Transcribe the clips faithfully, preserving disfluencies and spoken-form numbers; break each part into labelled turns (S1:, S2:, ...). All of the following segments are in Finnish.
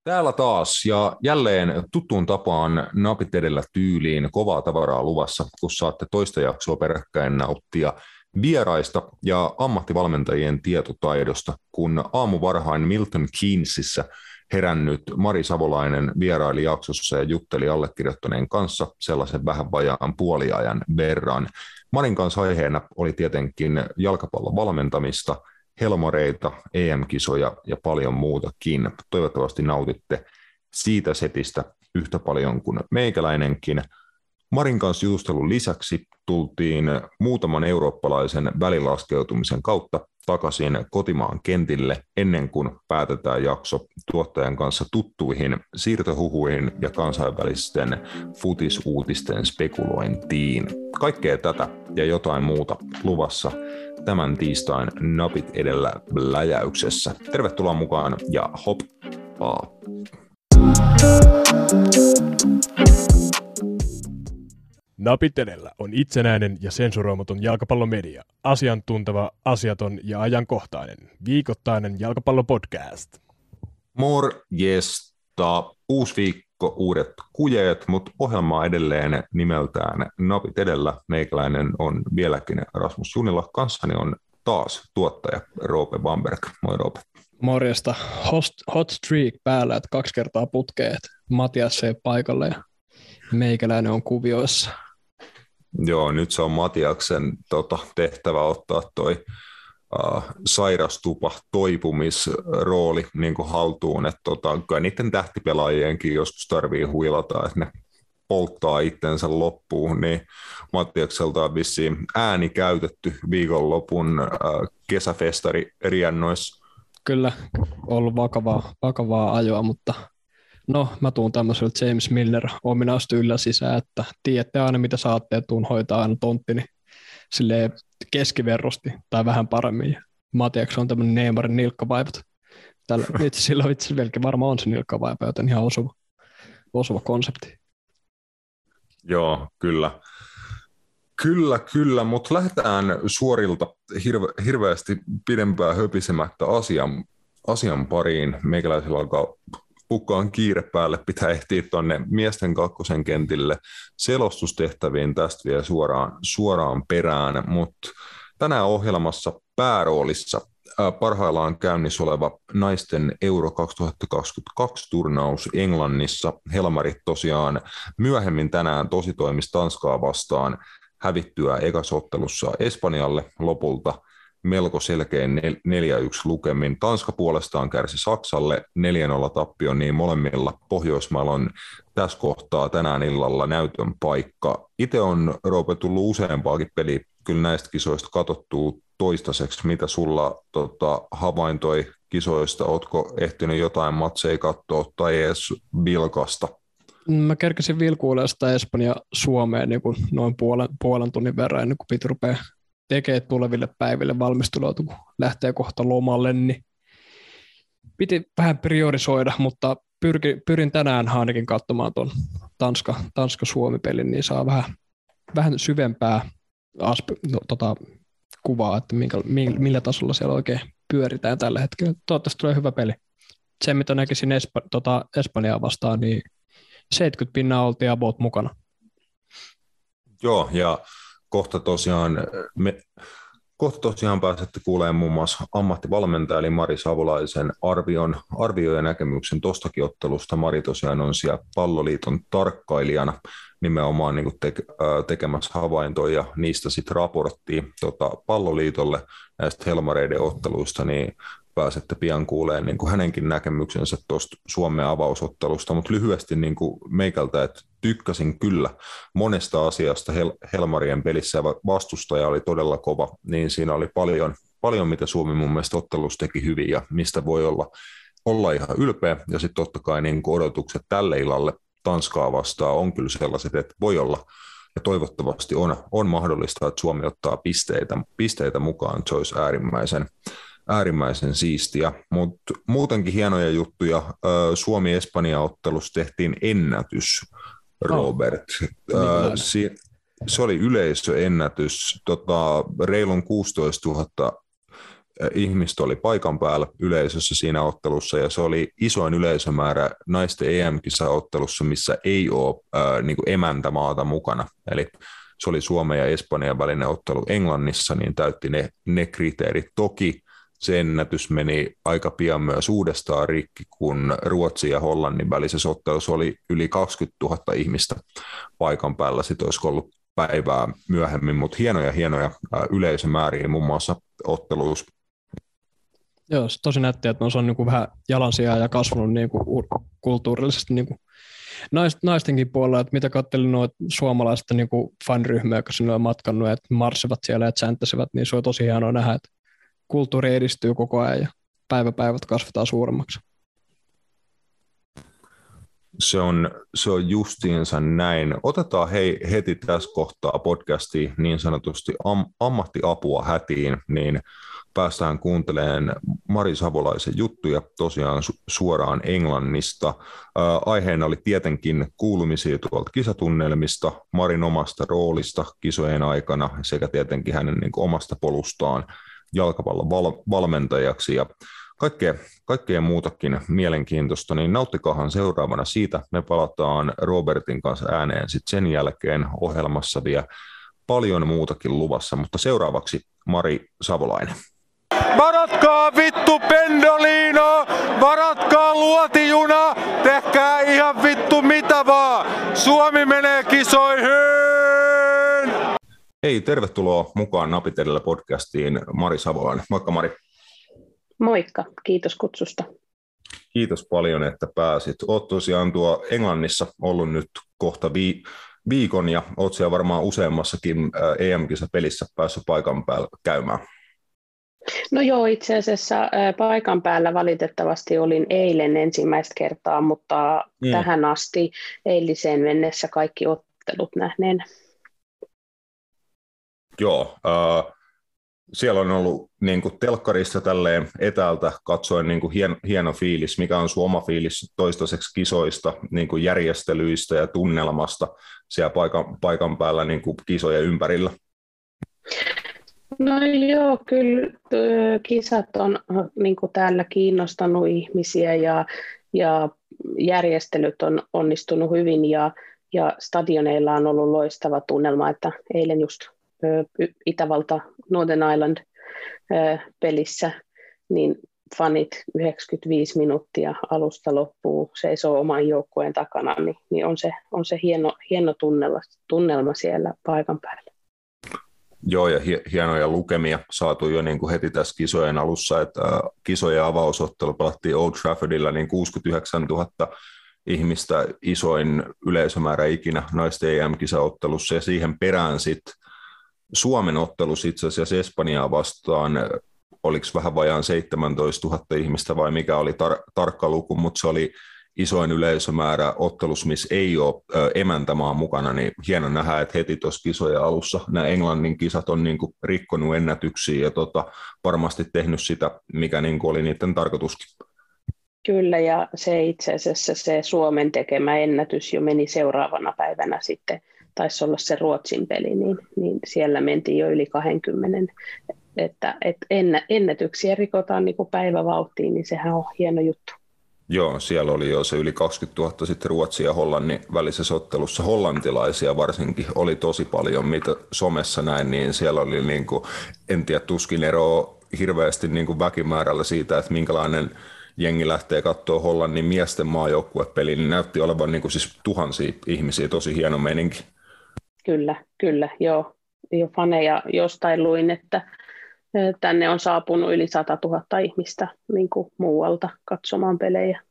S1: Täällä taas ja jälleen tuttuun tapaan napit edellä tyyliin kovaa tavaraa luvassa, kun saatte toista jaksoa peräkkäin nauttia vieraista ja ammattivalmentajien tietotaidosta, kun aamuvarhain Milton Keynesissä herännyt Mari Savolainen vieraili jaksossa ja jutteli allekirjoittaneen kanssa sellaisen vähän vajaan puoliajan verran. Marin kanssa aiheena oli tietenkin jalkapallon valmentamista, helmareita, E M-kisoja ja paljon muutakin. Toivottavasti nautitte siitä setistä yhtä paljon kuin meikäläinenkin. Marin kanssa jutustelun lisäksi tultiin muutaman eurooppalaisen välilaskeutumisen kautta takaisin kotimaan kentille ennen kuin päätetään jakso tuottajan kanssa tuttuihin siirtohuhuihin ja kansainvälisten futisuutisten spekulointiin. Kaikkea tätä ja jotain muuta luvassa tämän tiistain napit edellä läjäyksessä. Tervetuloa mukaan ja hoppaa!
S2: Napit edellä on itsenäinen ja sensuroimaton jalkapallomedia, asiantunteva, asiaton ja ajankohtainen, viikoittainen jalkapallopodcast.
S1: Morjesta, uusi viikko, uudet kujeet, mutta ohjelma edelleen nimeltään Napit edellä. Meikäläinen on vieläkin Rasmus Junila, kanssani on taas tuottaja Roope Bamberg. Moi Roope.
S3: Morjesta, Host, hot streak päällä, että kaksi kertaa putkeet. Matias ei paikalle ja meikäläinen on kuvioissa.
S1: Joo, nyt se on Matiaksen tota, tehtävä ottaa toi uh, sairastupa toipumisrooli niin kuin haltuun, että tota, kai niiden tähtipelaajienkin joskus tarvii huilata, että ne polttaa itsensä loppuun, niin Matiakselta on vissiin ääni käytetty viikonlopun uh, kesäfestari riennoissa.
S3: Kyllä, ollut vakavaa, vakavaa ajoa, mutta no, mä tuun tämmöisellä James Milner-ominaistyylillä sisään, että tiedätte aina mitä saatte ja tuun hoitaa aina tonttini silleen keskiverrosti tai vähän paremmin. Matiaksi on tämmöinen Neymarin nilkkavaivat. Tällä itse sillä itse vieläkin varmaan on se nilkkavaiva, joten ihan osuva, osuva konsepti.
S1: Joo, kyllä. Kyllä, kyllä, mutta lähdetään suorilta hirve, hirveästi pidempään höpisemättä asian, asian pariin. Meikäläisellä alkaa pukkaan kiire päälle, pitää ehtiä tuonne miesten kakkosen kentille selostustehtäviin tästä vielä suoraan, suoraan perään, mutta tänään ohjelmassa pääroolissa parhaillaan käynnissä oleva naisten Euro kaksituhattakaksikymmentäkaksi-turnaus Englannissa. Helmarit tosiaan myöhemmin tänään tositoimissa Tanskaa vastaan hävittyä ekasottelussa Espanjalle lopulta melko selkein neljä yksi lukemin. Tanska puolestaan kärsi Saksalle neljä nolla tappion, niin molemmilla Pohjoismailla on tässä kohtaa tänään illalla näytön paikka. Itse on, Roope, tullut useampaakin peliä kyllä näistä kisoista katsottua toistaiseksi. Mitä sulla tota, havaintoi kisoista? Ootko ehtinyt jotain matseja katsoa tai edes vilkasta?
S3: Mä kerkesin vilkuilemaan sitä Espanja-Suomeen niin kuin noin puolen, puolen tunnin verran ennen kuin piti rupeaa tekee tuleville päiville valmisteluita, kun lähtee kohta lomalle, niin piti vähän priorisoida, mutta pyrki, pyrin tänään ainakin katsomaan tuon Tanska, Tanska-Suomi-pelin, niin saa vähän, vähän syvempää aspe, no, tota, kuvaa, että minkä, millä tasolla siellä oikein pyöritään tällä hetkellä. Toivottavasti tulee hyvä peli. Se, mitä näkisin Espa, tota, Espanjaa vastaan, niin seitsemänkymmentä pinnaa oltiin about mukana.
S1: Joo, ja Kohta tosiaan, me, kohta tosiaan pääsette kuulemaan muun muassa ammattivalmentaja, eli Mari Savolaisen arvion, arvio ja näkemyksen tostakin ottelusta. Mari tosiaan on siellä Palloliiton tarkkailijana nimenomaan niin kuin te, tekemässä havaintoja ja niistä sitten raporttia tota, Palloliitolle näistä Helmareiden otteluista, niin pääsette pian kuulemaan niin kuin hänenkin näkemyksensä tuosta Suomen avausottelusta, mutta lyhyesti niin kuin meikältä, että tykkäsin kyllä monesta asiasta Hel- Helmarien pelissä ja vastustaja oli todella kova, niin siinä oli paljon, paljon mitä Suomi mun mielestä ottelussa teki hyvin ja mistä voi olla, olla ihan ylpeä ja sitten totta kai niin kuin odotukset tälle illalle Tanskaa vastaan on kyllä sellaiset, että voi olla ja toivottavasti on, on mahdollista, että Suomi ottaa pisteitä, pisteitä mukaan, se olisi äärimmäisen äärimmäisen siistiä, mutta muutenkin hienoja juttuja. Suomi-Espanja-ottelussa tehtiin ennätys, Robert. Oh. Se oli yleisöennätys, tota, reilun kuusitoistatuhatta ihmistä oli paikan päällä yleisössä siinä ottelussa, ja se oli isoin yleisömäärä naisten E M-kisaottelussa, missä ei ole ää, niin kuin emäntämaata mukana. Eli se oli Suomen ja Espanjan välinen ottelu Englannissa, niin täytti ne, ne kriteerit. Toki se ennätys meni aika pian myös uudestaan rikki, kun Ruotsin ja Hollannin välisessä ottelussa oli yli kaksikymmentätuhatta ihmistä paikan päällä. Sitten olisi ollut päivää myöhemmin, mutta hienoja, hienoja yleisömääriä muun muassa otteluissa.
S3: Joo, se tosi nättiä, että se on niin kuin vähän jalansijaa ja kasvanut niin kuin kulttuurillisesti niin kuin naistenkin puolella, että mitä katselin noita suomalaista niin kuin fanryhmiä, jotka sinne on matkannut, että marssivat siellä ja tsänttäsivät, niin se on tosi hienoa nähdä, että kulttuuri edistyy koko ajan ja päivä päivät kasvetaan suuremmaksi.
S1: Se on, se on justiinsa näin. Otetaan hei, heti tässä kohtaa podcastiin niin sanotusti am, ammattiapua hätiin, niin päästään kuuntelemaan Mari Savolaisen juttuja tosiaan su- suoraan Englannista. Ää, aiheena oli tietenkin kuulumisia tuolta kisatunnelmista, Marin omasta roolista kisojen aikana sekä tietenkin hänen niin kuin omasta polustaan jalkapallon val- valmentajaksi ja Kaikkea, kaikkea muutakin mielenkiintoista, niin nauttikahan seuraavana siitä. Me palataan Robertin kanssa ääneen sitten sen jälkeen ohjelmassa vielä paljon muutakin luvassa, mutta seuraavaksi Mari Savolainen.
S4: Varatkaa vittu Pendolino, varatkaa luotijuna, tehkää ihan vittu mitä vaan. Suomi menee kisoihin!
S1: Hei, tervetuloa mukaan Napit edellä podcastiin Mari Savolainen. Moikka Mari.
S5: Moikka, kiitos kutsusta.
S1: Kiitos paljon, että pääsit. Olet tosiaan tuo Englannissa ollut nyt kohta vi- viikon ja olet siellä varmaan useammassakin E M-kisapelissä päässyt paikan päällä käymään.
S5: No joo, itse asiassa paikan päällä valitettavasti olin eilen ensimmäistä kertaa, mutta mm. tähän asti eiliseen mennessä kaikki ottelut nähneen.
S1: Joo, äh, siellä on ollut niin kuin telkkarista tälleen etäältä katsoen niin kuin hieno, hieno fiilis. Mikä on sun oma fiilis toistaiseksi kisoista, niin kuin järjestelyistä ja tunnelmasta siellä paikan, paikan päällä niin kuin kisojen ympärillä?
S5: No joo, kyllä kisat on niin kuin täällä kiinnostanut ihmisiä ja, ja järjestelyt on onnistunut hyvin ja, ja stadioneilla on ollut loistava tunnelma, että eilen just Itävalta Northern Ireland pelissä, niin fanit yhdeksänkymmentäviisi minuuttia alusta loppuun seisoo oman joukkueen takana, niin, niin on se, on se hieno, hieno tunnelma, tunnelma siellä paikan päällä.
S1: Joo, ja hienoja lukemia saatu jo niin kuin heti tässä kisojen alussa, että kisojen avausottelu pelattiin Old Traffordilla, niin kuusikymmentäyhdeksäntuhatta ihmistä, isoin yleisömäärä ikinä naisten E M-kisaottelussa, ja siihen perään sitten Suomen ottelus itse asiassa Espanjaa vastaan, oliko vähän vajaan seitsemäntoistatuhatta ihmistä vai mikä oli tar- tarkka luku, mutta se oli isoin yleisömäärä ottelus, missä ei ole ö, emäntämaa mukana, niin hieno nähdä, että heti tuossa kisojen alussa nämä Englannin kisat on niin kuin rikkonut ennätyksiä ja tota, varmasti tehnyt sitä, mikä niin kuin oli niiden tarkoituskin.
S5: Kyllä, ja se itse asiassa se Suomen tekemä ennätys jo meni seuraavana päivänä sitten, taisi olla se Ruotsin peli, niin, niin siellä mentiin jo yli kaksikymmentä, että, että ennätyksiä rikotaan niin kuin päivävauhtiin, niin sehän on hieno juttu.
S1: Joo, siellä oli jo se yli kaksikymmentätuhatta sitten Ruotsin ja Hollannin välisessä ottelussa. Hollantilaisia varsinkin oli tosi paljon, mitä somessa näin, niin siellä oli, niin kuin, en tiedä, tuskin eroa hirveästi niin kuin väkimäärällä siitä, että minkälainen jengi lähtee katsoa Hollannin miesten maajoukkuepeliin, niin näytti olevan niin kuin siis tuhansia ihmisiä, tosi hieno meininki.
S5: Kyllä, kyllä, joo. Jo faneja jostain luin, että tänne on saapunut yli sata tuhatta ihmistä niin kuin muualta katsomaan pelejä.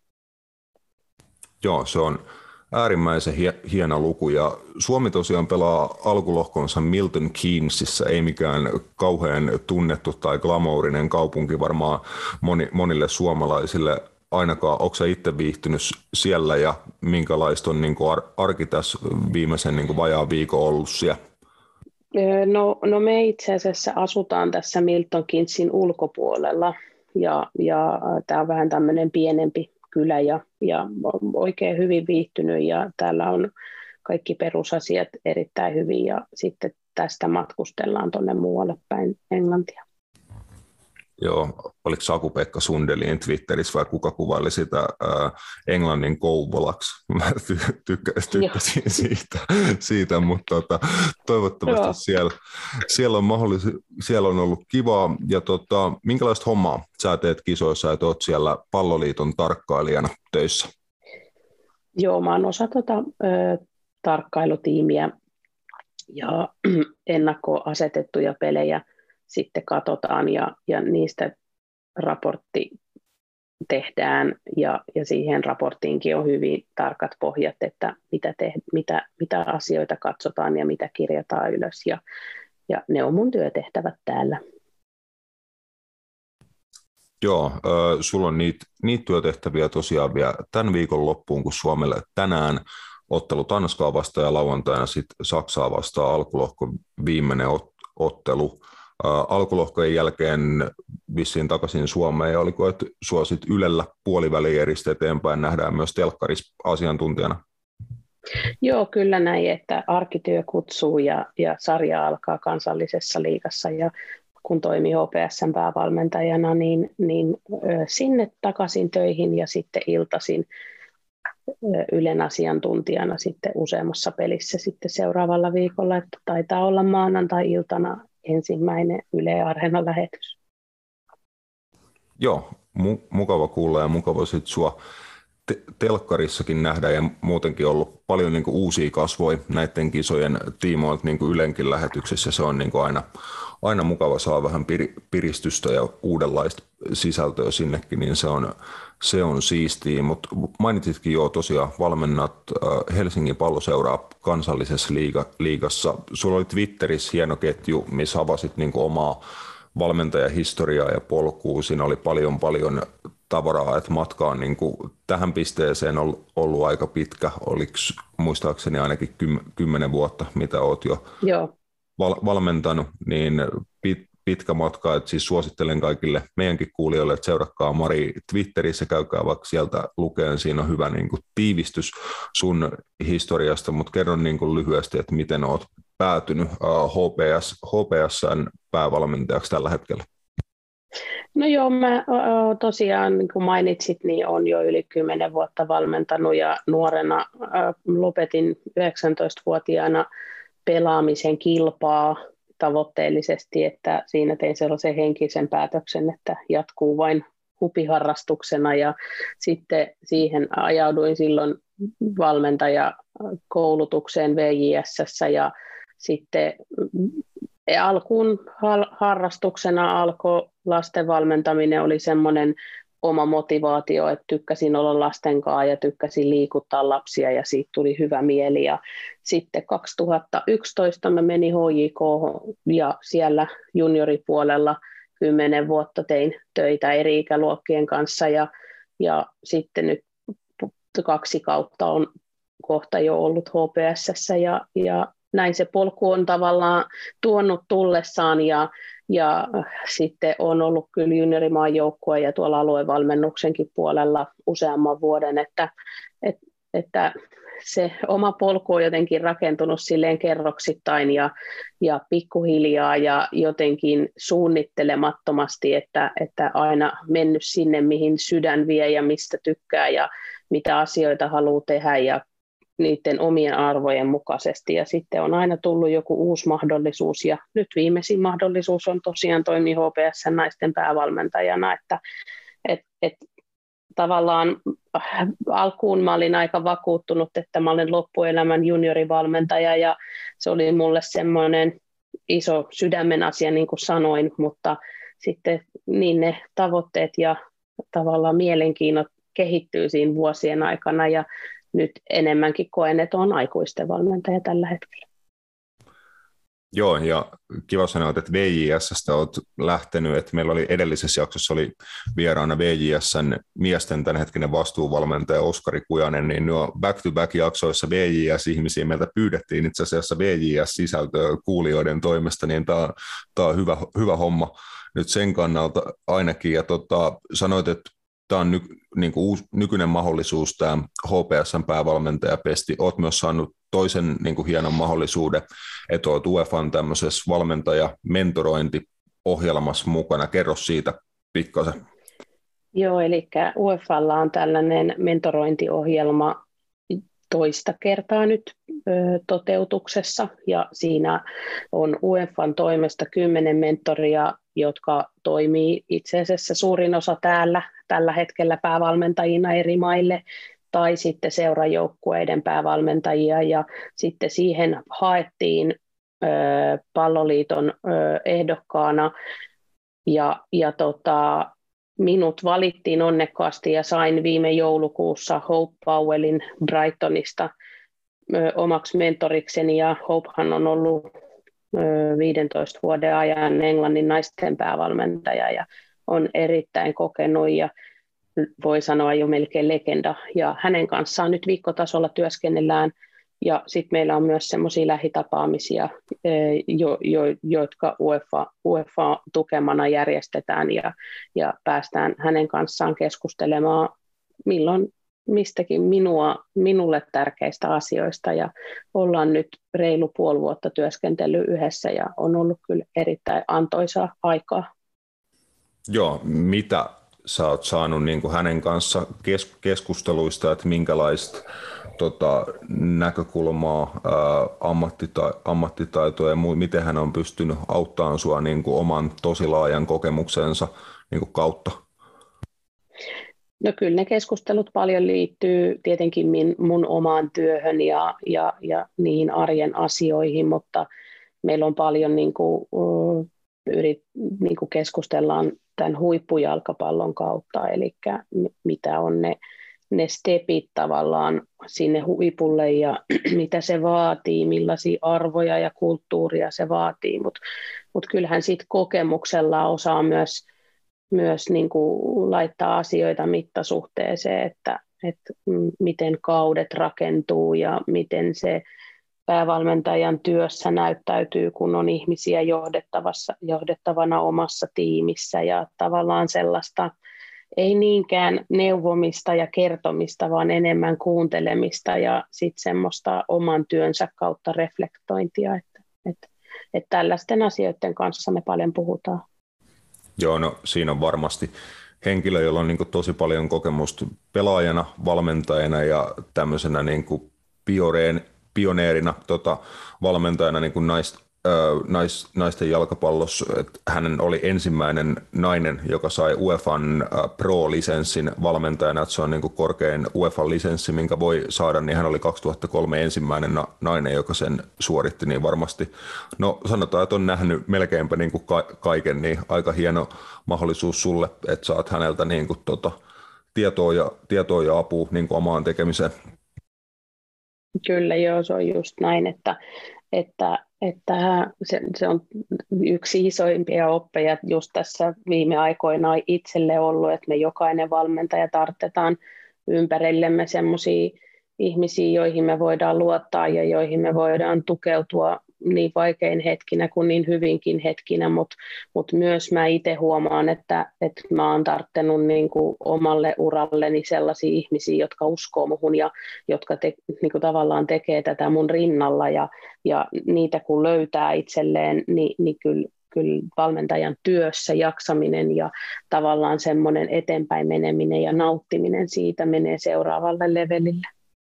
S1: Joo, se on äärimmäisen hieno luku, ja Suomi tosiaan pelaa alkulohkonsa Milton Keynesissa, ei mikään kauhean tunnettu tai glamourinen kaupunki varmaan moni, monille suomalaisille ainakaan. Onko sä itse viihtynyt siellä ja minkälaista on niin kuin ar- arki tässä viimeisen niin kuin vajaan viikon ollut siellä?
S5: No, no me itse asiassa asutaan tässä Milton Keynesin ulkopuolella ja, ja tämä on vähän tämmöinen pienempi kylä ja, ja oikein hyvin viihtynyt ja täällä on kaikki perusasiat erittäin hyvin ja sitten tästä matkustellaan tuonne muualle päin Englantia.
S1: Joo, oliko Saku-Pekka Sundelin Twitterissä vai kuka kuvaili sitä ää, Englannin Kouvolaksi? Mä ty- tykkä- tykkäsin siitä, siitä, mutta tota, toivottavasti Joo. siellä, siellä, on mahdollis- siellä on ollut kivaa. Ja tota, minkälaista hommaa sä teet kisoissa, että oot siellä Palloliiton tarkkailijana töissä?
S5: Joo, mä oon osa tota, ö, tarkkailutiimiä ja ennakkoasetettuja pelejä sitten katsotaan ja, ja niistä raportti tehdään ja, ja siihen raporttiinkin on hyvin tarkat pohjat, että mitä, te, mitä, mitä asioita katsotaan ja mitä kirjataan ylös ja, ja ne on mun työtehtävät täällä.
S1: Joo, äh, sulla on niitä, niitä työtehtäviä tosiaan vielä tämän viikon loppuun, kun Suomelle tänään ottelu Tanskaa vastaan ja lauantaina sitten Saksaa vastaan alkulohkon viimeinen ot, ottelu. Äh, alkulohkojen jälkeen vissiin takaisin Suomeen, ja oliko, että suosit Ylellä puolivälieristä eteenpäin, nähdään myös telkkarissa asiantuntijana?
S5: Joo, kyllä näin, että arkityö kutsuu ja, ja sarja alkaa kansallisessa liigassa, ja kun toimii H P S:n päävalmentajana, niin, niin ö, sinne takaisin töihin ja sitten iltaisin ö, Ylen asiantuntijana sitten useammassa pelissä sitten seuraavalla viikolla, että taitaa olla maanantai-iltana ensimmäinen Yle Areena lähetys.
S1: Joo, mu- mukava kuulla ja mukava sitten sua te- telkkarissakin nähdä ja muutenkin ollut paljon niinku uusia kasvoja näiden kisojen tiimoilta niinku Ylenkin lähetyksessä. Se on niinku aina, aina mukava saa vähän pir- piristystä ja uudenlaista sisältöä sinnekin, niin se on, se on siistiä. Mutta mainitsitkin jo tosiaan valmennat äh, Helsingin Palloseuraa kansallisessa liiga- liigassa. Sulla oli Twitterissä hieno ketju, missä avasit niinku omaa valmentajahistoriaa ja polkua. Siinä oli paljon paljon tavaraa, että matka on niin kuin tähän pisteeseen ollut aika pitkä. Oliko muistaakseni ainakin kymmenen vuotta, mitä olet jo
S5: Joo.
S1: val- valmentanut, niin pit, pitkä matka. Että siis suosittelen kaikille meidänkin kuulijoille, että seurakkaa Mari Twitterissä, käykää vaikka sieltä lukeen. Siinä on hyvä niin kuin tiivistys sun historiasta, mutta kerron niin kuin lyhyesti, että miten olet päätynyt H P S, H P S:n päävalmentajaksi tällä hetkellä.
S5: No joo, mä tosiaan, niin kuin mainitsit, niin olen jo yli kymmenen vuotta valmentanut ja nuorena lopetin yhdeksäntoistavuotiaana pelaamisen kilpaa tavoitteellisesti, että siinä tein sellaisen henkisen päätöksen, että jatkuu vain hupiharrastuksena ja sitten siihen ajauduin silloin valmentajakoulutukseen V J S:ssä ja sitten alkuun harrastuksena alkoi lasten valmentaminen, oli semmoinen oma motivaatio, että tykkäsin olla lasten kanssa ja tykkäsin liikuttaa lapsia ja siitä tuli hyvä mieli. Ja sitten kaksituhattayksitoista mä menin H J K ja siellä junioripuolella kymmenen vuotta tein töitä eri ikäluokkien kanssa ja, ja sitten nyt kaksi kautta on kohta jo ollut H P S:ssä ja, ja näin se polku on tavallaan tuonut tullessaan ja, ja sitten on ollut kyllä juniorimaan joukkue ja tuolla aluevalmennuksenkin puolella useamman vuoden, että, et, että se oma polku on jotenkin rakentunut silleen kerroksittain ja, ja pikkuhiljaa ja jotenkin suunnittelemattomasti, että, että aina mennyt sinne, mihin sydän vie ja mistä tykkää ja mitä asioita haluaa tehdä ja niiden omien arvojen mukaisesti ja sitten on aina tullut joku uusi mahdollisuus ja nyt viimeisin mahdollisuus on tosiaan toimia H P S:n naisten päävalmentajana, että et, et, tavallaan alkuun mä olin aika vakuuttunut, että mä olen loppuelämän juniorivalmentaja ja se oli mulle semmoinen iso sydämen asia niin kuin sanoin, mutta sitten niin ne tavoitteet ja tavallaan mielenkiinnot kehittyy siinä vuosien aikana ja nyt enemmänkin koen, että on aikuisten valmentaja tällä hetkellä.
S1: Joo, ja kiva sanoa, että V J S:stä olet lähtenyt, että meillä oli edellisessä jaksossa oli vieraana V J S:n miesten tämänhetkinen vastuuvalmentaja Oskari Kujanen, niin nuo back-to-back-jaksoissa V J S-ihmisiä meiltä pyydettiin itse asiassa V J S-sisältöä kuulijoiden toimesta, niin tämä on, tämä on hyvä, hyvä homma nyt sen kannalta ainakin, ja tota, sanoit, että tämä on ny, niin kuin uusi, nykyinen mahdollisuus, tämä H P S:n päävalmentajapesti. Olet myös saanut toisen niin kuin hienon mahdollisuuden, että olet U E F A:n tämmöisessä valmentaja-mentorointiohjelmassa mukana. Kerro siitä pikkasen.
S5: Joo, eli U E F A:lla on tällainen mentorointiohjelma toista kertaa nyt ö, toteutuksessa, ja siinä on U E F A:n toimesta kymmenen mentoria, jotka toimii itse asiassa suurin osa täällä tällä hetkellä päävalmentajina eri maille, tai sitten seurajoukkueiden päävalmentajia, ja sitten siihen haettiin ö, Palloliiton ö, ehdokkaana, ja, ja tota, minut valittiin onnekkaasti ja sain viime joulukuussa Hope Powellin Brightonista ö, omaksi mentorikseni, ja Hopehan on ollut ö, viidentoista vuoden ajan Englannin naisten päävalmentaja ja on erittäin kokenut ja voi sanoa jo melkein legenda, ja hänen kanssaan nyt viikkotasolla työskennellään, ja sitten meillä on myös semmoisia lähitapaamisia, jo, jo, jotka UEFA, UEFA tukemana järjestetään, ja, ja päästään hänen kanssaan keskustelemaan milloin mistäkin minua, minulle tärkeistä asioista, ja ollaan nyt reilu puoli vuotta työskentellyt yhdessä, ja on ollut kyllä erittäin antoisaa aikaa.
S1: Joo, mitä sä oot saanut niin kuin hänen kanssa kes- keskusteluista, että minkälaista tota, näkökulmaa, ää, ammattita- ammattitaitoa ja muu, miten hän on pystynyt auttamaan sua niin kuin oman tosi laajan kokemuksensa niin kuin kautta?
S5: No kyllä ne keskustelut paljon liittyy tietenkin min, mun omaan työhön ja, ja, ja niihin arjen asioihin, mutta meillä on paljon niin kuin, yrit, niin kuin keskustellaan tämän huippujalkapallon kautta, eli mitä on ne, ne stepit tavallaan sinne huipulle ja mitä se vaatii, millaisia arvoja ja kulttuuria se vaatii, mutta mut kyllähän siitä kokemuksella osaa myös, myös niin kuin laittaa asioita mittasuhteeseen, että, että miten kaudet rakentuu ja miten se päävalmentajan työssä näyttäytyy, kun on ihmisiä johdettavassa, johdettavana omassa tiimissä, ja tavallaan sellaista ei niinkään neuvomista ja kertomista, vaan enemmän kuuntelemista ja sitten semmoista oman työnsä kautta reflektointia, että, että, että tällaisten asioiden kanssa me paljon puhutaan.
S1: Joo, no siinä on varmasti henkilö, jolla on niin kuin tosi paljon kokemusta pelaajana, valmentajana ja tämmöisenä niin kuin pioreen, pioneerina tota, valmentajana niin kuin nais, äh, nais, naisten jalkapallossa. Hän oli ensimmäinen nainen, joka sai UEFAn äh, Pro-lisenssin valmentajana, että se on niin kuin korkein UEFA-lisenssi, minkä voi saada, niin hän oli kaksituhattakolme ensimmäinen na- nainen, joka sen suoritti, niin varmasti, no sanotaan, että on nähnyt melkeinpä niin kuin ka- kaiken, niin aika hieno mahdollisuus sulle, että saat häneltä niin kuin tota, tietoa, ja, tietoa ja apua niin kuin omaan tekemiseen.
S5: Kyllä joo, se on just näin, että, että, että se, se on yksi isoimpia oppeja just tässä viime aikoina itselle ollut, että me jokainen valmentaja tarvitaan ympärillemme semmoisia ihmisiä, joihin me voidaan luottaa ja joihin me voidaan tukeutua niin vaikein hetkinä kuin niin hyvinkin hetkinä, mutta mut myös mä itse huomaan, että, että mä oon tarttenut niin kuin omalle uralleni sellaisia ihmisiä, jotka uskoo muhun ja jotka te, niin kuin tavallaan tekee tätä mun rinnalla, ja, ja niitä kun löytää itselleen, niin, niin kyllä, kyllä valmentajan työssä jaksaminen ja tavallaan semmoinen eteenpäin meneminen ja nauttiminen siitä menee seuraavalle levelille.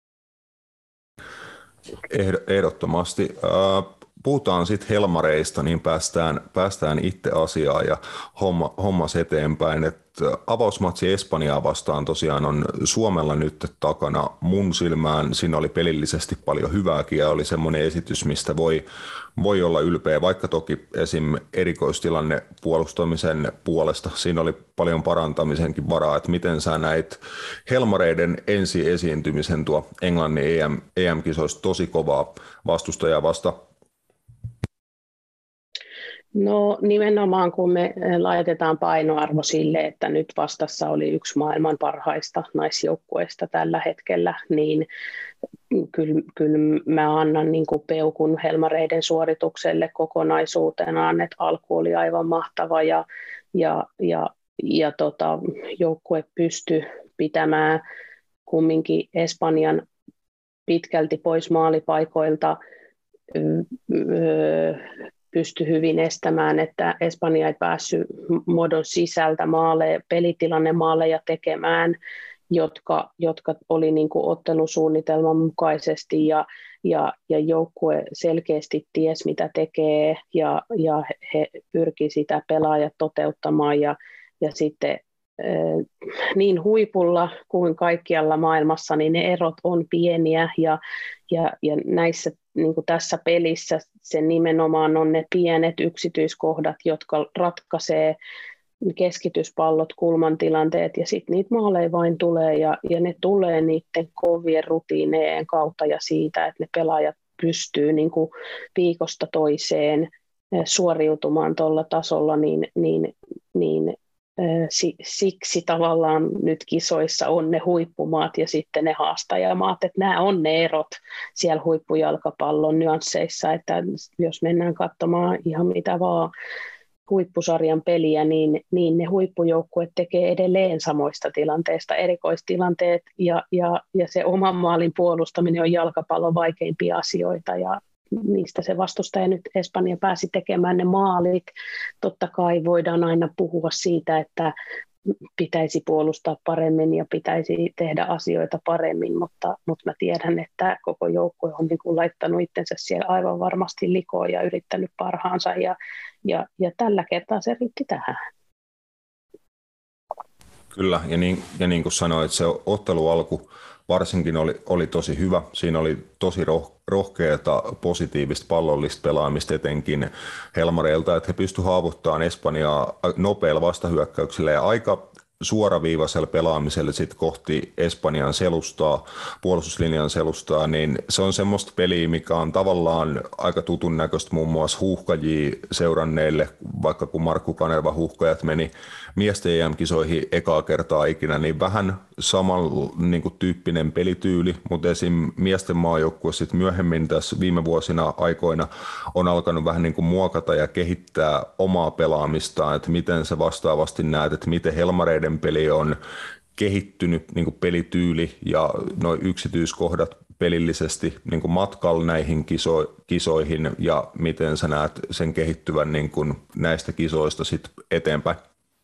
S1: Ehdottomasti. Puhutaan sitten Helmareista, niin päästään, päästään itse asiaan ja homma, hommas eteenpäin. Et avausmatsi Espanjaa vastaan tosiaan on Suomella nyt takana. Mun silmään siinä oli pelillisesti paljon hyvääkin ja oli semmoinen esitys, mistä voi, voi olla ylpeä, vaikka toki esim. Erikoistilanne puolustamisen puolesta. Siinä oli paljon parantamisenkin varaa, että miten sä näit Helmareiden ensi esiintymisen tuo Englannin E M, E M-kisoista tosi kovaa vastustajaa vasta.
S5: No nimenomaan kun me laitetaan painoarvo sille, että nyt vastassa oli yksi maailman parhaista naisjoukkueista tällä hetkellä, niin kyllä, kyllä mä annan niin kuin peukun Helmareiden suoritukselle kokonaisuutenaan, että alku oli aivan mahtava ja, ja, ja, ja tota, joukkue pystyi pitämään kumminkin Espanjan pitkälti pois maalipaikoilta. Öö, pystyi hyvin estämään, että Espanja ei päässyt muodon sisältä maaleja, pelitilanne maaleja tekemään, jotka, jotka oli niin kuin ottelusuunnitelman mukaisesti ja, ja, ja joukkue selkeästi ties mitä tekee ja, ja he pyrki sitä pelaajat toteuttamaan ja, ja sitten niin huipulla kuin kaikkialla maailmassa, niin ne erot on pieniä ja, ja, ja näissä, niin kuin tässä pelissä se nimenomaan on ne pienet yksityiskohdat, jotka ratkaisee keskityspallot, kulmantilanteet ja sitten niitä maaleja vain tulee ja, ja ne tulee niiden kovien rutiinejen kautta ja siitä, että ne pelaajat pystyy niin kuin viikosta toiseen suoriutumaan tuolla tasolla, niin, niin, niin siksi tavallaan nyt kisoissa on ne huippumaat ja sitten ne haastajamaat, että nämä on ne erot siellä huippujalkapallon nyansseissa, että jos mennään katsomaan ihan mitä vaan huippusarjan peliä, niin, niin ne huippujoukkueet tekee edelleen samoista tilanteista erikoistilanteet ja, ja, ja se oman maalin puolustaminen on jalkapallon vaikeimpia asioita ja niistä se vastustaja nyt Espanja pääsi tekemään ne maalit. Totta kai voidaan aina puhua siitä, että pitäisi puolustaa paremmin ja pitäisi tehdä asioita paremmin, mutta, mutta mä tiedän, että koko joukkue on niin kuin laittanut itsensä siellä aivan varmasti likoon ja yrittänyt parhaansa ja, ja, ja tällä kertaa se riitti tähän.
S1: Kyllä, ja niin, ja niin kuin sanoit, se ottelu alku varsinkin oli, oli tosi hyvä. Siinä oli tosi roh, rohkeata, positiivista pallollista pelaamista etenkin Helmareilta, että he pystyivät haavuttamaan Espanjaa nopeilla vastahyökkäyksillä ja aika suoraviivaisella pelaamisella sit kohti Espanjan selustaa, puolustuslinjan selustaa, niin se on semmoista peliä, mikä on tavallaan aika tutun näköistä muun muassa huuhkajia seuranneille, vaikka kun Markku Kanerva huuhkajat meni miesten E M-kisoihin ekaa kertaa ikinä, niin vähän saman niin kuin tyyppinen pelityyli, mutta esim. Miesten maajoukkue sitten myöhemmin tässä viime vuosina aikoina on alkanut vähän niin kuin muokata ja kehittää omaa pelaamistaan, että miten se vastaavasti näet, että miten Helmareiden peli on kehittynyt niin kuin pelityyli ja nuo yksityiskohdat pelillisesti niin kuin matkalla näihin kiso, kisoihin ja miten sä näet sen kehittyvän niin kuin näistä kisoista sit eteenpäin?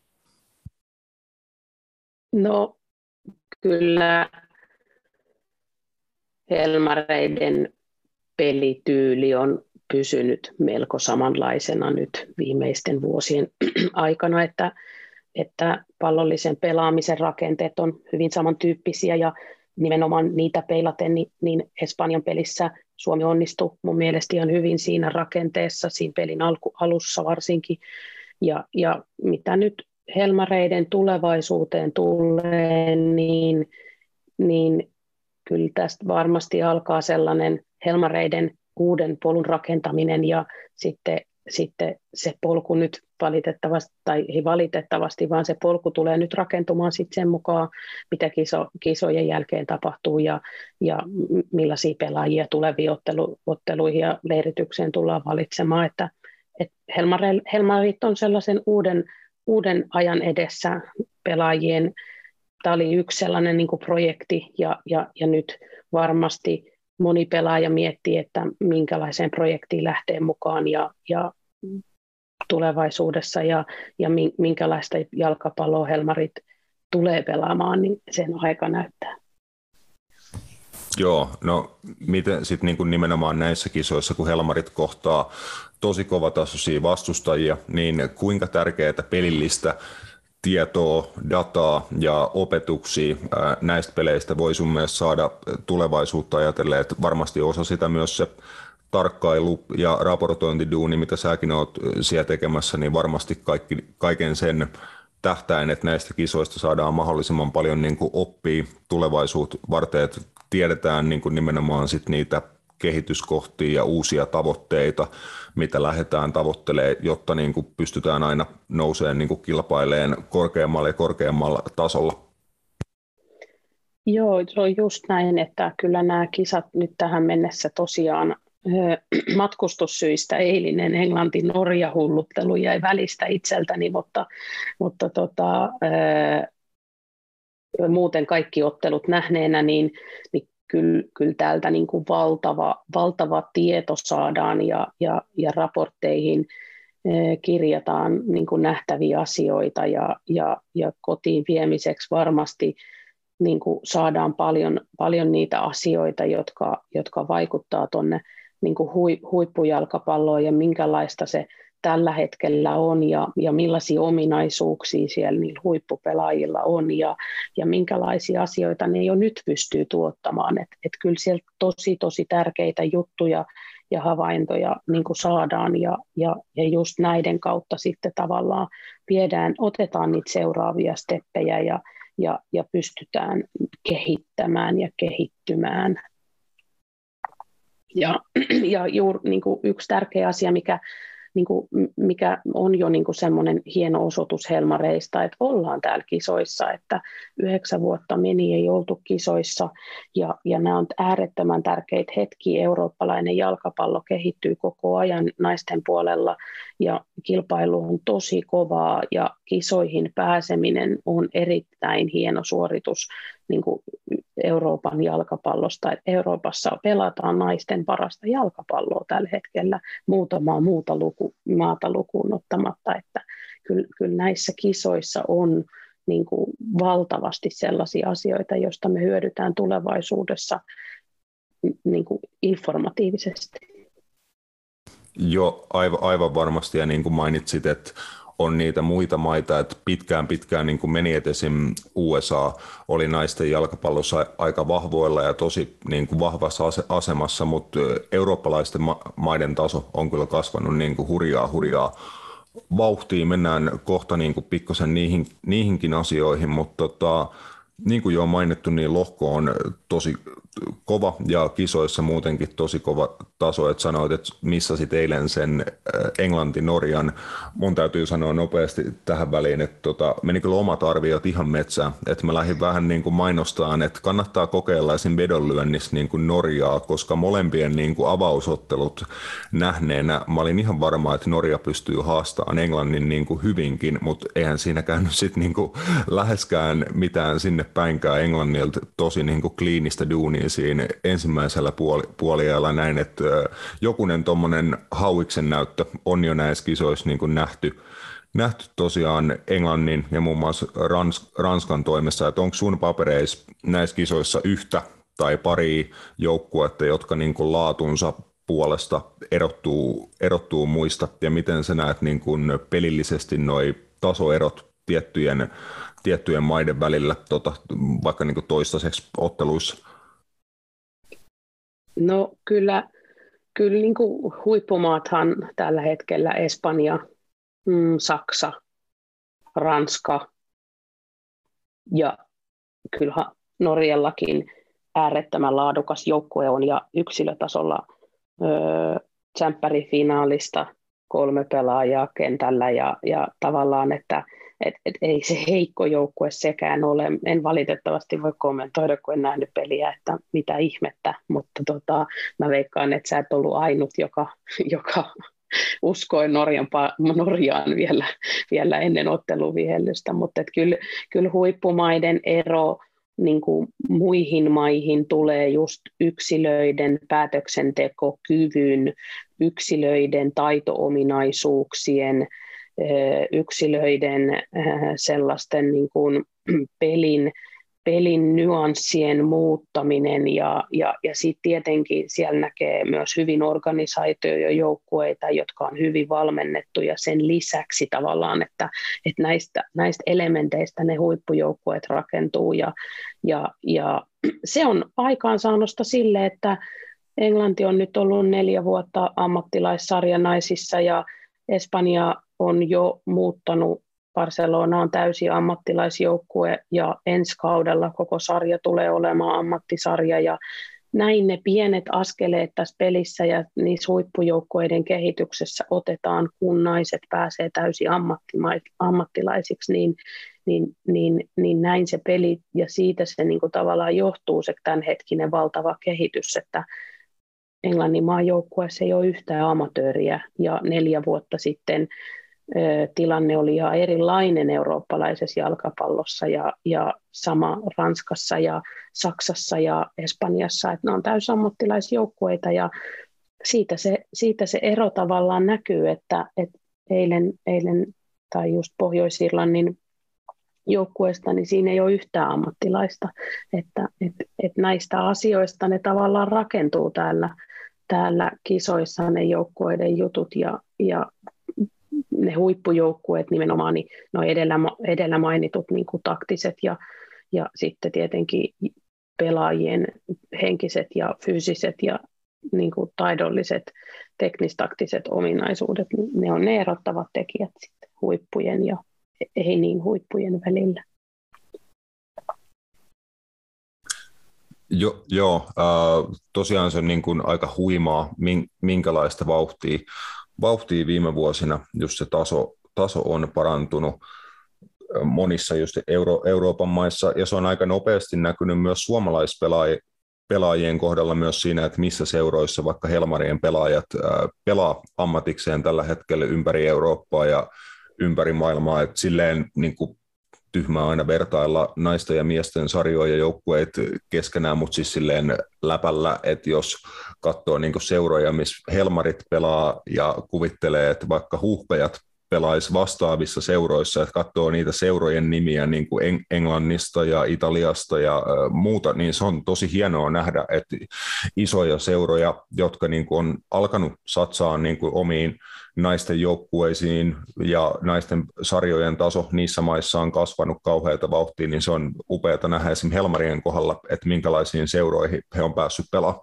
S5: No kyllä Helmareiden pelityyli on pysynyt melko samanlaisena nyt viimeisten vuosien aikana, että, että pallollisen pelaamisen rakenteet on hyvin samantyyppisiä ja nimenomaan niitä peilaten, niin, niin Espanjan pelissä Suomi onnistui mun mielestä ihan hyvin siinä rakenteessa, siinä pelin alku, alussa varsinkin ja, ja mitä nyt Helmareiden tulevaisuuteen tulee, niin, niin kyllä tästä varmasti alkaa sellainen Helmareiden uuden polun rakentaminen ja sitten, sitten se polku nyt valitettavasti, tai ei valitettavasti, vaan se polku tulee nyt rakentumaan sitten sen mukaan, mitä kiso, kisojen jälkeen tapahtuu ja, ja millaisia pelaajia tuleviin ottelu, otteluihin ja leiritykseen tullaan valitsemaan, että, että Helmarit on sellaisen uuden uuden ajan edessä pelaajien. Tämä oli yksi sellainen niin kuin projekti ja, ja, ja nyt varmasti moni pelaaja miettii, että minkälaiseen projektiin lähtee mukaan ja, ja tulevaisuudessa ja, ja minkälaista jalkapalloa Helmarit tulee pelaamaan, niin sen aika näyttää.
S1: Joo, no miten sitten niin kuin nimenomaan näissä kisoissa, kun Helmarit kohtaa tosi kovatasoisia vastustajia, niin kuinka tärkeää pelillistä tietoa, dataa ja opetuksia näistä peleistä voi sun mielestä saada tulevaisuutta ajatellen, että varmasti osa sitä myös se tarkkailu ja raportointiduuni, mitä säkin oot siellä tekemässä, niin varmasti kaikki, kaiken sen tähtäin, että näistä kisoista saadaan mahdollisimman paljon niin kuin oppia tulevaisuutta varten, että tiedetään niin kuin nimenomaan sit niitä kehityskohtia ja uusia tavoitteita, mitä lähdetään tavoittelemaan, jotta niin kuin pystytään aina nousemaan niin kuin kilpailemaan korkeammalla ja korkeammalla tasolla.
S5: Joo, se on just näin, että kyllä nämä kisat nyt tähän mennessä tosiaan matkustussyistä eilinen Englanti-Norja-hulluttelu jäi välistä itseltäni, mutta, mutta tota, ää, muuten kaikki ottelut nähneenä, niin, niin kyllä, kyllä täältä niin kuin valtava, valtava tieto saadaan ja, ja, ja raportteihin kirjataan niin kuin nähtäviä asioita ja, ja, ja kotiin viemiseksi varmasti niin kuin saadaan paljon, paljon niitä asioita, jotka, jotka vaikuttaa tuonne niin kuin huippujalkapalloon ja minkälaista se tällä hetkellä on ja, ja millaisia ominaisuuksia siellä niillä huippupelaajilla on ja, ja minkälaisia asioita ne jo nyt pystyy tuottamaan. Et, et kyllä siellä tosi, tosi tärkeitä juttuja ja havaintoja niin kuin saadaan ja, ja, ja just näiden kautta sitten tavallaan viedään, otetaan niitä seuraavia steppejä ja, ja, ja pystytään kehittämään ja kehittymään. Ja, ja juuri niin kuin yksi tärkeä asia, mikä Niin kuin, mikä on jo niin kuin semmoinen hieno osoitus Helmareista, että ollaan täällä kisoissa, että yhdeksän vuotta meni, ei oltu kisoissa, ja, ja nämä on äärettömän tärkeitä hetkiä. Eurooppalainen jalkapallo kehittyy koko ajan naisten puolella, ja kilpailu on tosi kovaa, ja kisoihin pääseminen on erittäin hieno suoritus niin kuin Euroopan jalkapallosta. Että Euroopassa pelataan naisten parasta jalkapalloa tällä hetkellä muutamaa muuta luku, maata lukuun ottamatta, että kyllä, kyllä näissä kisoissa on niin kuin valtavasti sellaisia asioita, joista me hyödytään tulevaisuudessa niin kuin informatiivisesti.
S1: Joo, aivan, aivan varmasti, ja niin kuin mainitsit, että on niitä muita maita, että pitkään pitkään niin kuin meni, että esim. U S A oli naisten jalkapallossa aika vahvoilla ja tosi niin kuin vahvassa asemassa, mutta eurooppalaisten maiden taso on kyllä kasvanut niin kuin hurjaa hurjaa vauhtia. Mennään kohta niin kuin pikkusen niihin, niihinkin asioihin, mutta tota, niin kuin jo on mainittu, niin lohko on tosi kova ja kisoissa muutenkin tosi kova taso, että sanoit, että missasit eilen sen Englanti-Norjan. Mun täytyy sanoa nopeasti tähän väliin, että tota, meni kyllä omat arviot ihan metsään, että mä lähdin vähän niin kuin mainostamaan, että kannattaa kokeilla esim. Vedonlyönnissä niin kuin Norjaa, koska molempien niin kuin avausottelut nähneenä mä olin ihan varma, että Norja pystyy haastamaan Englannin niin kuin hyvinkin, mutta eihän siinä käynyt sitten niin kuin läheskään mitään sinne päinkään. Englannilta tosi niin kuin kliinistä duunia siinä ensimmäisellä puoli, puoliajalla näin, että jokunen tuommoinen hauiksen näyttö on jo näissä kisoissa niin kuin nähty, nähty tosiaan Englannin ja muun muassa Rans, Ranskan toimessa, että onko sun papereissa näissä kisoissa yhtä tai pari joukkuetta, jotka niin kuin laatunsa puolesta erottuu, erottuu muista, ja miten sä näet niin kuin pelillisesti noi tasoerot tiettyjen, tiettyjen maiden välillä, tota, vaikka niin kuin toistaiseksi otteluissa?
S5: No kyllä, kyllä niin kuin huippumaathan tällä hetkellä Espanja, mm, Saksa, Ranska ja kyllähän Norjallakin äärettömän laadukas joukkue on ja yksilötasolla öö, tsemppärifinaalista kolme pelaajaa kentällä ja, ja tavallaan, että et, et ei se heikko joukkue sekään ole. En valitettavasti voi kommentoida, kun en nähnyt peliä, että mitä ihmettä, mutta tota, mä veikkaan, että sä et ollut ainut, joka, joka uskoi Norjan, Norjaan vielä, vielä ennen otteluvihellystä, mutta kyllä, kyllä huippumaiden ero niin kuin muihin maihin tulee just yksilöiden päätöksentekokyvyn, yksilöiden taito-ominaisuuksien, yksilöiden sellaisten niin kuin pelin, pelin nyanssien muuttaminen ja, ja, ja sitten tietenkin siellä näkee myös hyvin organisaatiojoukkueita, jotka on hyvin valmennettu ja sen lisäksi tavallaan, että, että näistä, näistä elementeistä ne huippujoukkueet rakentuu ja, ja, ja se on aikaansaannosta sille, että Englanti on nyt ollut neljä vuotta ammattilaissarjan naisissa ja Espanja on jo muuttanut. Barcelona on täysin ammattilaisjoukkue ja ensi kaudella koko sarja tulee olemaan ammattisarja ja näin ne pienet askeleet tässä pelissä ja niissä huippujoukkueiden kehityksessä otetaan, kun naiset pääsee täysin ammattilaisiksi, niin, niin, niin, niin näin se peli ja siitä se niin kuin tavallaan johtuu se tämänhetkinen valtava kehitys, että Englannin maajoukkueessa ei ole yhtään amatööriä ja neljä vuotta sitten tilanne oli ihan erilainen eurooppalaisessa jalkapallossa ja, ja sama Ranskassa ja Saksassa ja Espanjassa, että ne on täysammattilaisjoukkueita ja siitä se, siitä se ero tavallaan näkyy, että, että eilen, eilen tai just Pohjois-Irlannin joukkueesta, niin siinä ei ole yhtään ammattilaista, että, että, että näistä asioista ne tavallaan rakentuu täällä, täällä kisoissa ne joukkueiden jutut ja, ja ne huippujoukkueet nimenomaan, niin no edellä, edellä mainitut niin kuin taktiset ja, ja sitten tietenkin pelaajien henkiset ja fyysiset ja niin kuin taidolliset teknistaktiset ominaisuudet, ne on ne erottavat tekijät sitten huippujen ja ei niin huippujen välillä.
S1: Jo, joo, äh, tosiaan se on niin kuin aika huimaa, minkälaista vauhtia, vauhtia viime vuosina, just se taso, taso on parantunut monissa just Euro, Euroopan maissa, ja se on aika nopeasti näkynyt myös suomalaispelaajien kohdalla myös siinä, että missä seuroissa vaikka Helmarien pelaajat äh, pelaa ammatikseen tällä hetkellä ympäri Eurooppaa ja ympäri maailmaa, että silleen niin kuin tyhmää aina vertailla naisten ja miesten sarjoja ja joukkueet keskenään, mutta siis silleen läpällä, että jos katsoo niin kuin seuroja, missä Helmarit pelaa ja kuvittelee, että vaikka Huuhkajat pelaisi vastaavissa seuroissa, että katsoo niitä seurojen nimiä niin kuin Englannista ja Italiasta ja muuta, niin se on tosi hienoa nähdä, että isoja seuroja, jotka niin kuin on alkanut satsaa niin kuin omiin naisten joukkueisiin ja naisten sarjojen taso niissä maissa on kasvanut kauheata vauhtia, niin se on upeata nähdä esimerkiksi Helmarien kohdalla, että minkälaisiin seuroihin he on päässyt pelaamaan.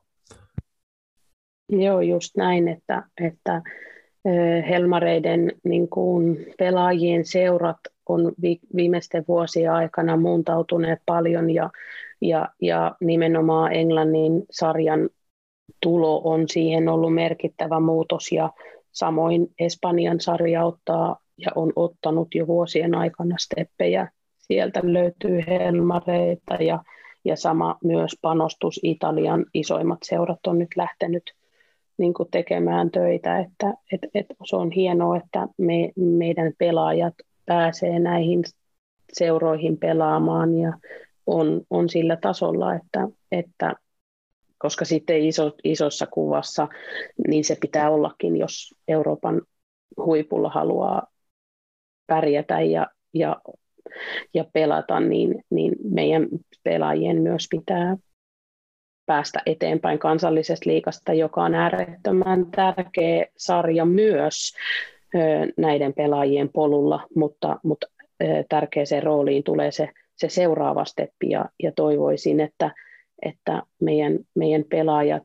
S5: Joo, just näin, että, että Helmareiden niin kuin pelaajien seurat on viimeisten vuosien aikana muuntautuneet paljon ja, ja, ja nimenomaan Englannin sarjan tulo on siihen ollut merkittävä muutos ja samoin Espanjan sarja ottaa ja on ottanut jo vuosien aikana steppejä. Sieltä löytyy Helmareita ja, ja sama myös panostus Italian isoimmat seurat on nyt lähtenyt niin kuin tekemään töitä, että et, et se on hienoa, että me, meidän pelaajat pääsee näihin seuroihin pelaamaan ja on, on sillä tasolla, että, että koska sitten iso, isossa kuvassa niin se pitää ollakin, jos Euroopan huipulla haluaa pärjätä ja, ja, ja pelata, niin, niin meidän pelaajien myös pitää päästä eteenpäin kansallisesta liigasta, joka on äärettömän tärkeä sarja myös näiden pelaajien polulla, mutta, mutta tärkeäseen rooliin tulee se, se seuraava steppi ja, ja toivoisin, että, että meidän, meidän pelaajat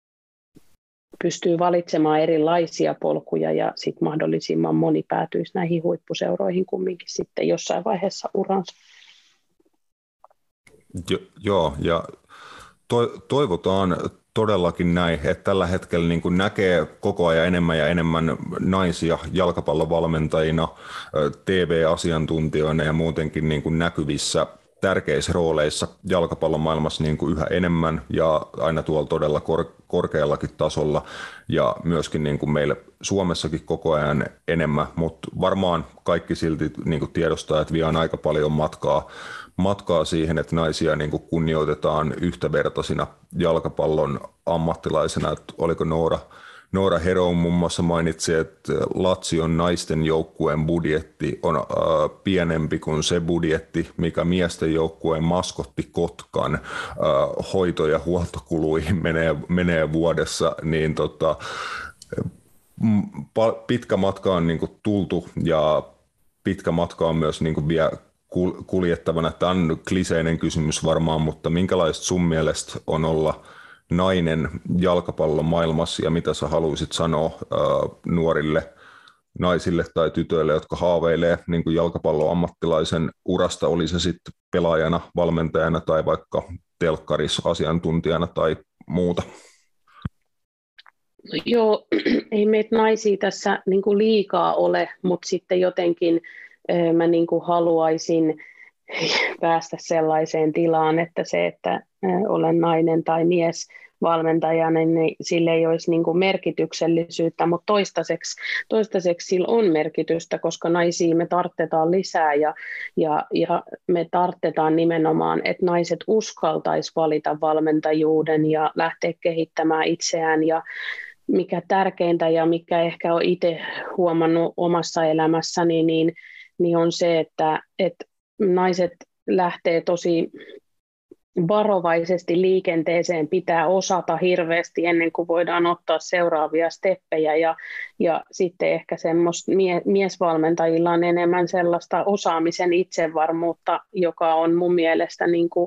S5: pystyy valitsemaan erilaisia polkuja ja sitten mahdollisimman moni päätyisi näihin huippuseuroihin kumminkin sitten jossain vaiheessa uransa.
S1: Jo, joo, ja toivotaan todellakin näin, että tällä hetkellä niin kuin näkee koko ajan enemmän ja enemmän naisia jalkapallovalmentajina, T V-asiantuntijoina ja muutenkin niin kuin näkyvissä tärkeissä rooleissa jalkapallon maailmassa niin kuin yhä enemmän ja aina tuolla todella kor- korkeallakin tasolla ja myöskin niin kuin meillä Suomessakin koko ajan enemmän, mutta varmaan kaikki silti niin kuin tiedostaa, että vielä on aika paljon matkaa matkaa siihen, että naisia niin kuin kunnioitetaan yhtävertaisina jalkapallon ammattilaisena. Että oliko Noora, Noora Hero muun muassa mainitsi, että Lazion naisten joukkueen budjetti on äh, pienempi kuin se budjetti, mikä miesten joukkueen maskotti Kotkan äh, hoito- ja huoltokuluihin menee, menee vuodessa, niin tota, pitkä matka on niin kuin tultu ja pitkä matka on myös niin kuin vielä kuljettavana. Tämä on kliseinen kysymys varmaan, mutta minkälaista sun mielestä on olla nainen jalkapallon maailmassa ja mitä sä haluaisit sanoa ää, nuorille naisille tai tytöille, jotka haaveilee niin kuin jalkapallon ammattilaisen urasta, oli se sitten pelaajana, valmentajana tai vaikka telkkarissa asiantuntijana tai muuta?
S5: No joo, ei meitä naisia tässä niin kuin liikaa ole, mutta sitten jotenkin mä niin kuin haluaisin päästä sellaiseen tilaan, että se, että olen nainen tai mies valmentajana, niin sillä ei olisi niin kuin merkityksellisyyttä, mutta toistaiseksi, toistaiseksi sillä on merkitystä, koska naisia me tarvitaan lisää ja, ja, ja me tarvitaan nimenomaan, että naiset uskaltaisi valita valmentajuuden ja lähteä kehittämään itseään ja mikä tärkeintä ja mikä ehkä olen itse huomannut omassa elämässäni, niin, niin on se, että, että naiset lähtee tosi varovaisesti liikenteeseen, pitää osata hirveästi ennen kuin voidaan ottaa seuraavia steppejä ja, ja sitten ehkä semmoista mie- miesvalmentajilla on enemmän sellaista osaamisen itsevarmuutta, joka on mun mielestä niin kuin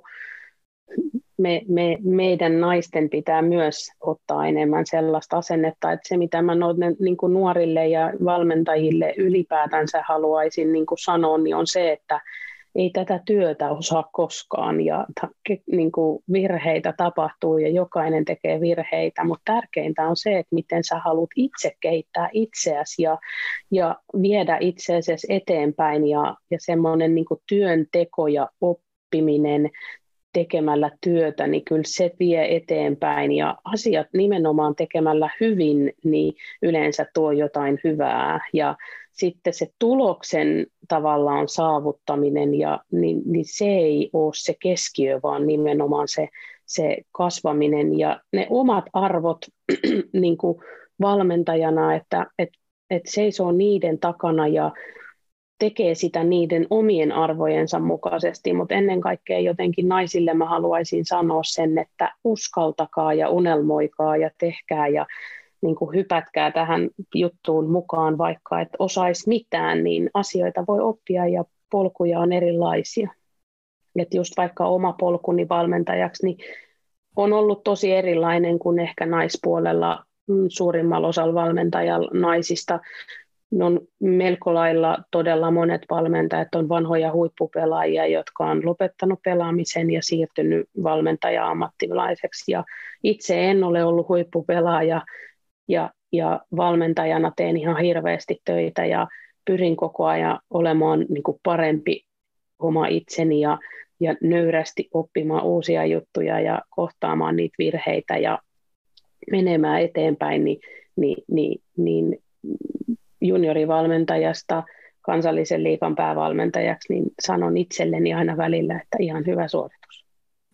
S5: me, me, meidän naisten pitää myös ottaa enemmän sellaista asennetta, että se mitä mä noiden, niin kuin nuorille ja valmentajille ylipäätänsä haluaisin niin kuin sanoa, niin on se, että ei tätä työtä osaa koskaan ja niin kuin virheitä tapahtuu ja jokainen tekee virheitä, mutta tärkeintä on se, että miten sä haluat itse kehittää itseäsi ja, ja viedä itseäsi eteenpäin ja, ja semmoinen niin kuin työnteko ja oppiminen tekemällä työtä, niin kyllä se vie eteenpäin ja asiat nimenomaan tekemällä hyvin, niin yleensä tuo jotain hyvää ja sitten se tuloksen tavallaan saavuttaminen, ja, niin, niin se ei ole se keskiö, vaan nimenomaan se, se kasvaminen ja ne omat arvot niin kuin valmentajana, että et, et seisoo niiden takana ja tekee sitä niiden omien arvojensa mukaisesti, mutta ennen kaikkea jotenkin naisille mä haluaisin sanoa sen, että uskaltakaa ja unelmoikaa ja tehkää ja niin kuin hypätkää tähän juttuun mukaan, vaikka et osaisi mitään, niin asioita voi oppia ja polkuja on erilaisia. Et just vaikka oma polkuni valmentajaksi niin on ollut tosi erilainen kuin ehkä naispuolella suurimmalla osalla valmentajalla naisista. No, melko lailla todella monet valmentajat on vanhoja huippupelaajia, jotka on lopettanut pelaamisen ja siirtynyt valmentaja-ammattilaiseksi. Ja itse en ole ollut huippupelaaja, Ja, ja valmentajana teen ihan hirveästi töitä ja pyrin koko ajan olemaan niin kuin parempi oma itseni ja, ja nöyrästi oppimaan uusia juttuja ja kohtaamaan niitä virheitä ja menemään eteenpäin, niin, niin, niin, niin juniorivalmentajasta kansallisen liigan päävalmentajaksi, niin sanon itselleni aina välillä, että ihan hyvä suoritus.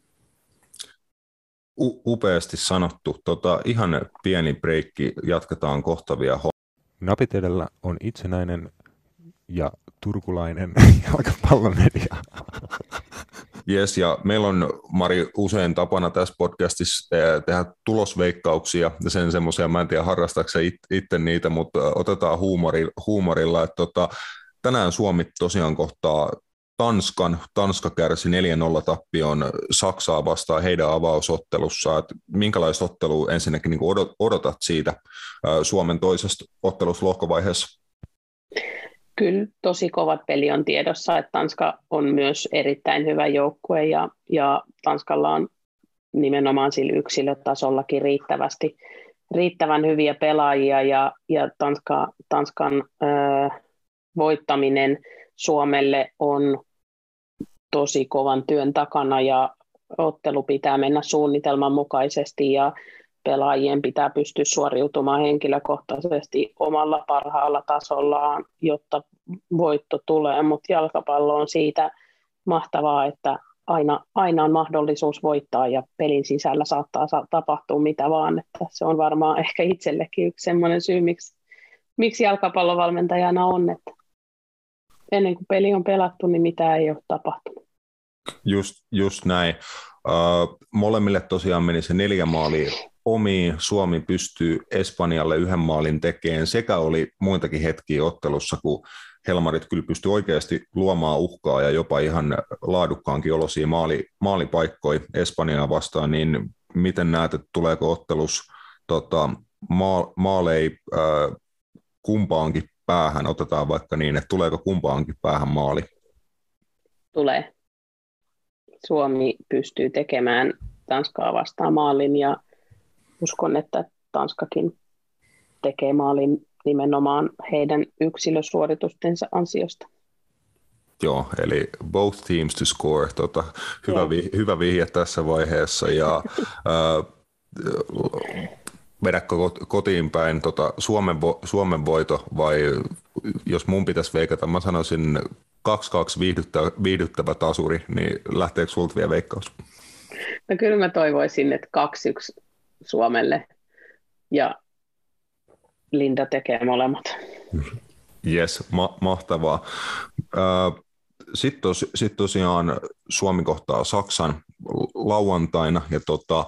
S1: U- upeasti sanottu. Tota, ihan pieni breikki, jatketaan kohta vielä.
S6: Napit edellä on itsenäinen ja turkulainen jalkapallomedia.
S1: Jes, ja meillä on, Mari, usein tapana tässä podcastissa tehdä tulosveikkauksia ja sen semmoisia, mä en tiedä harrastaako itse niitä, mutta otetaan huumori, huumorilla. Että tota, tänään Suomi tosiaan kohtaa Tanskan. Tanska kärsi neljä nolla tappioon Saksaa vastaan heidän avausottelussa. Et minkälaista ottelua ensinnäkin niin odotat siitä Suomen toisesta ottelusta lohkovaiheessa?
S5: Kyllä tosi kovat peli on tiedossa, että Tanska on myös erittäin hyvä joukkue ja, ja Tanskalla on nimenomaan sillä yksilötasollakin riittävästi, riittävän hyviä pelaajia ja, ja Tanska, Tanskan ö, voittaminen Suomelle on tosi kovan työn takana ja ottelu pitää mennä suunnitelman mukaisesti ja pelaajien pitää pystyä suoriutumaan henkilökohtaisesti omalla parhaalla tasollaan, jotta voitto tulee, mutta jalkapallo on siitä mahtavaa, että aina, aina on mahdollisuus voittaa ja pelin sisällä saattaa tapahtua mitä vaan, että se on varmaan ehkä itsellekin yksi semmoinen syy, miksi, miksi jalkapallovalmentajana on, että ennen kuin peli on pelattu, niin mitä ei ole tapahtunut.
S1: Just, just näin. Uh, molemmille tosiaan meni se neljä maalia omiin. Suomi pystyy Espanjalle yhden maalin tekemään. Sekä oli muitakin hetkiä ottelussa, kun Helmarit kyllä pystyi oikeasti luomaan uhkaa ja jopa ihan laadukkaankin olosia maali, maalipaikkoja Espanjaa vastaan. Niin miten näet, että tuleeko ottelussa tota, maa, maalei uh, kumpaankin päähän? Otetaan vaikka niin, että tuleeko kumpaankin päähän maali?
S5: Tulee. Suomi pystyy tekemään Tanskaa vastaan maalin ja uskon, että Tanskakin tekee maalin nimenomaan heidän yksilösuoritustensa ansiosta.
S1: Joo, eli both teams to score. Tota, hyvä, vi, hyvä vihje tässä vaiheessa. Ja, ää, vedäkö kotiin päin tota, Suomen, vo, Suomen voito vai jos mun pitäisi veikata, mä sanoisin kaksi kaksi viihdyttävä, viihdyttävä tasuri, niin lähteekö sulta vielä veikkaus?
S5: No kyllä mä toivoisin, että kaksi yksi Suomelle ja Linda tekee molemmat.
S1: Jes, ma- mahtavaa. Sitten tos, sit tosiaan Suomi kohtaa Saksan lauantaina ja tota,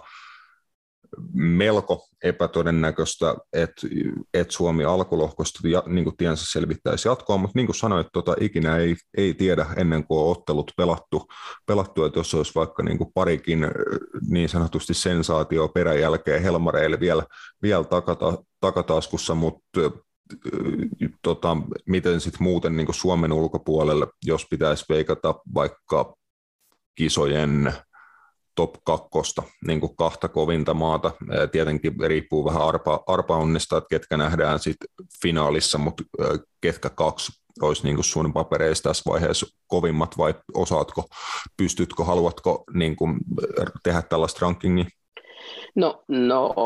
S1: melko epätodennäköistä, että et Suomi alkulohkosta ja, niin kuin tiensä selvittäisi jatkoa, mutta niin kuin sanoit, tota, ikinä ei, ei tiedä ennen kuin on ottelut pelattu, pelattu että jos olisi vaikka niin kuin parikin niin sanotusti sensaatio perän jälkeen Helmareille vielä, vielä takata, takataskussa, mutta tota, miten sitten muuten niin kuin Suomen ulkopuolelle, jos pitäisi veikata vaikka kisojen top kakkosta, niin kuin kahta kovinta maata. Tietenkin riippuu vähän arpa, arpaonnista, että ketkä nähdään sitten finaalissa, mutta ketkä kaksi olisi niin kuin sun papereissa tässä vaiheessa kovimmat, vai osaatko, pystytkö, haluatko niin kuin tehdä tällaista rankingia?
S5: No, no,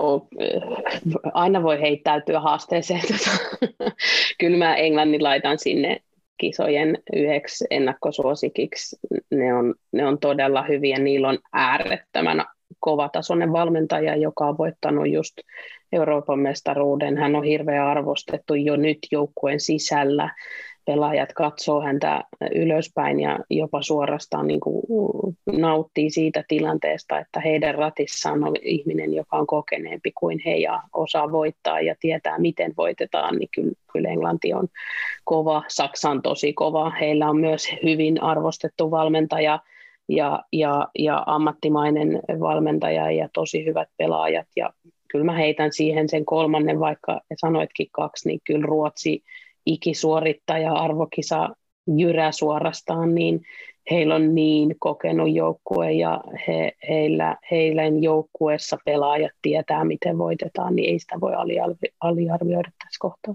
S5: aina voi heittäytyä haasteeseen. Kyllä mä Englannin laitan sinne kisojen yhdeksi ennakkosuosikiksi. Ne on, ne on todella hyviä. Niillä on äärettömän kovatasoinen valmentaja, joka on voittanut just Euroopan mestaruuden. Hän on hirveän arvostettu jo nyt joukkueen sisällä. Pelaajat katsoo häntä ylöspäin ja jopa suorastaan niin kuin nauttii siitä tilanteesta, että heidän ratissaan on ihminen, joka on kokeneempi kuin he ja osaa voittaa ja tietää, miten voitetaan, niin kyllä, kyllä Englanti on kova, Saksa on tosi kova. Heillä on myös hyvin arvostettu valmentaja ja, ja, ja ammattimainen valmentaja ja tosi hyvät pelaajat. Ja kyllä mä heitän siihen sen kolmannen, vaikka sanoitkin kaksi, niin kyllä Ruotsi ikisuorittaja, arvokisa jyrä suorastaan, niin heillä on niin kokenut joukkue ja he, heillä, heillä joukkueessa pelaajat tietää, miten voitetaan, niin ei sitä voi aliarvioida tässä kohtaa.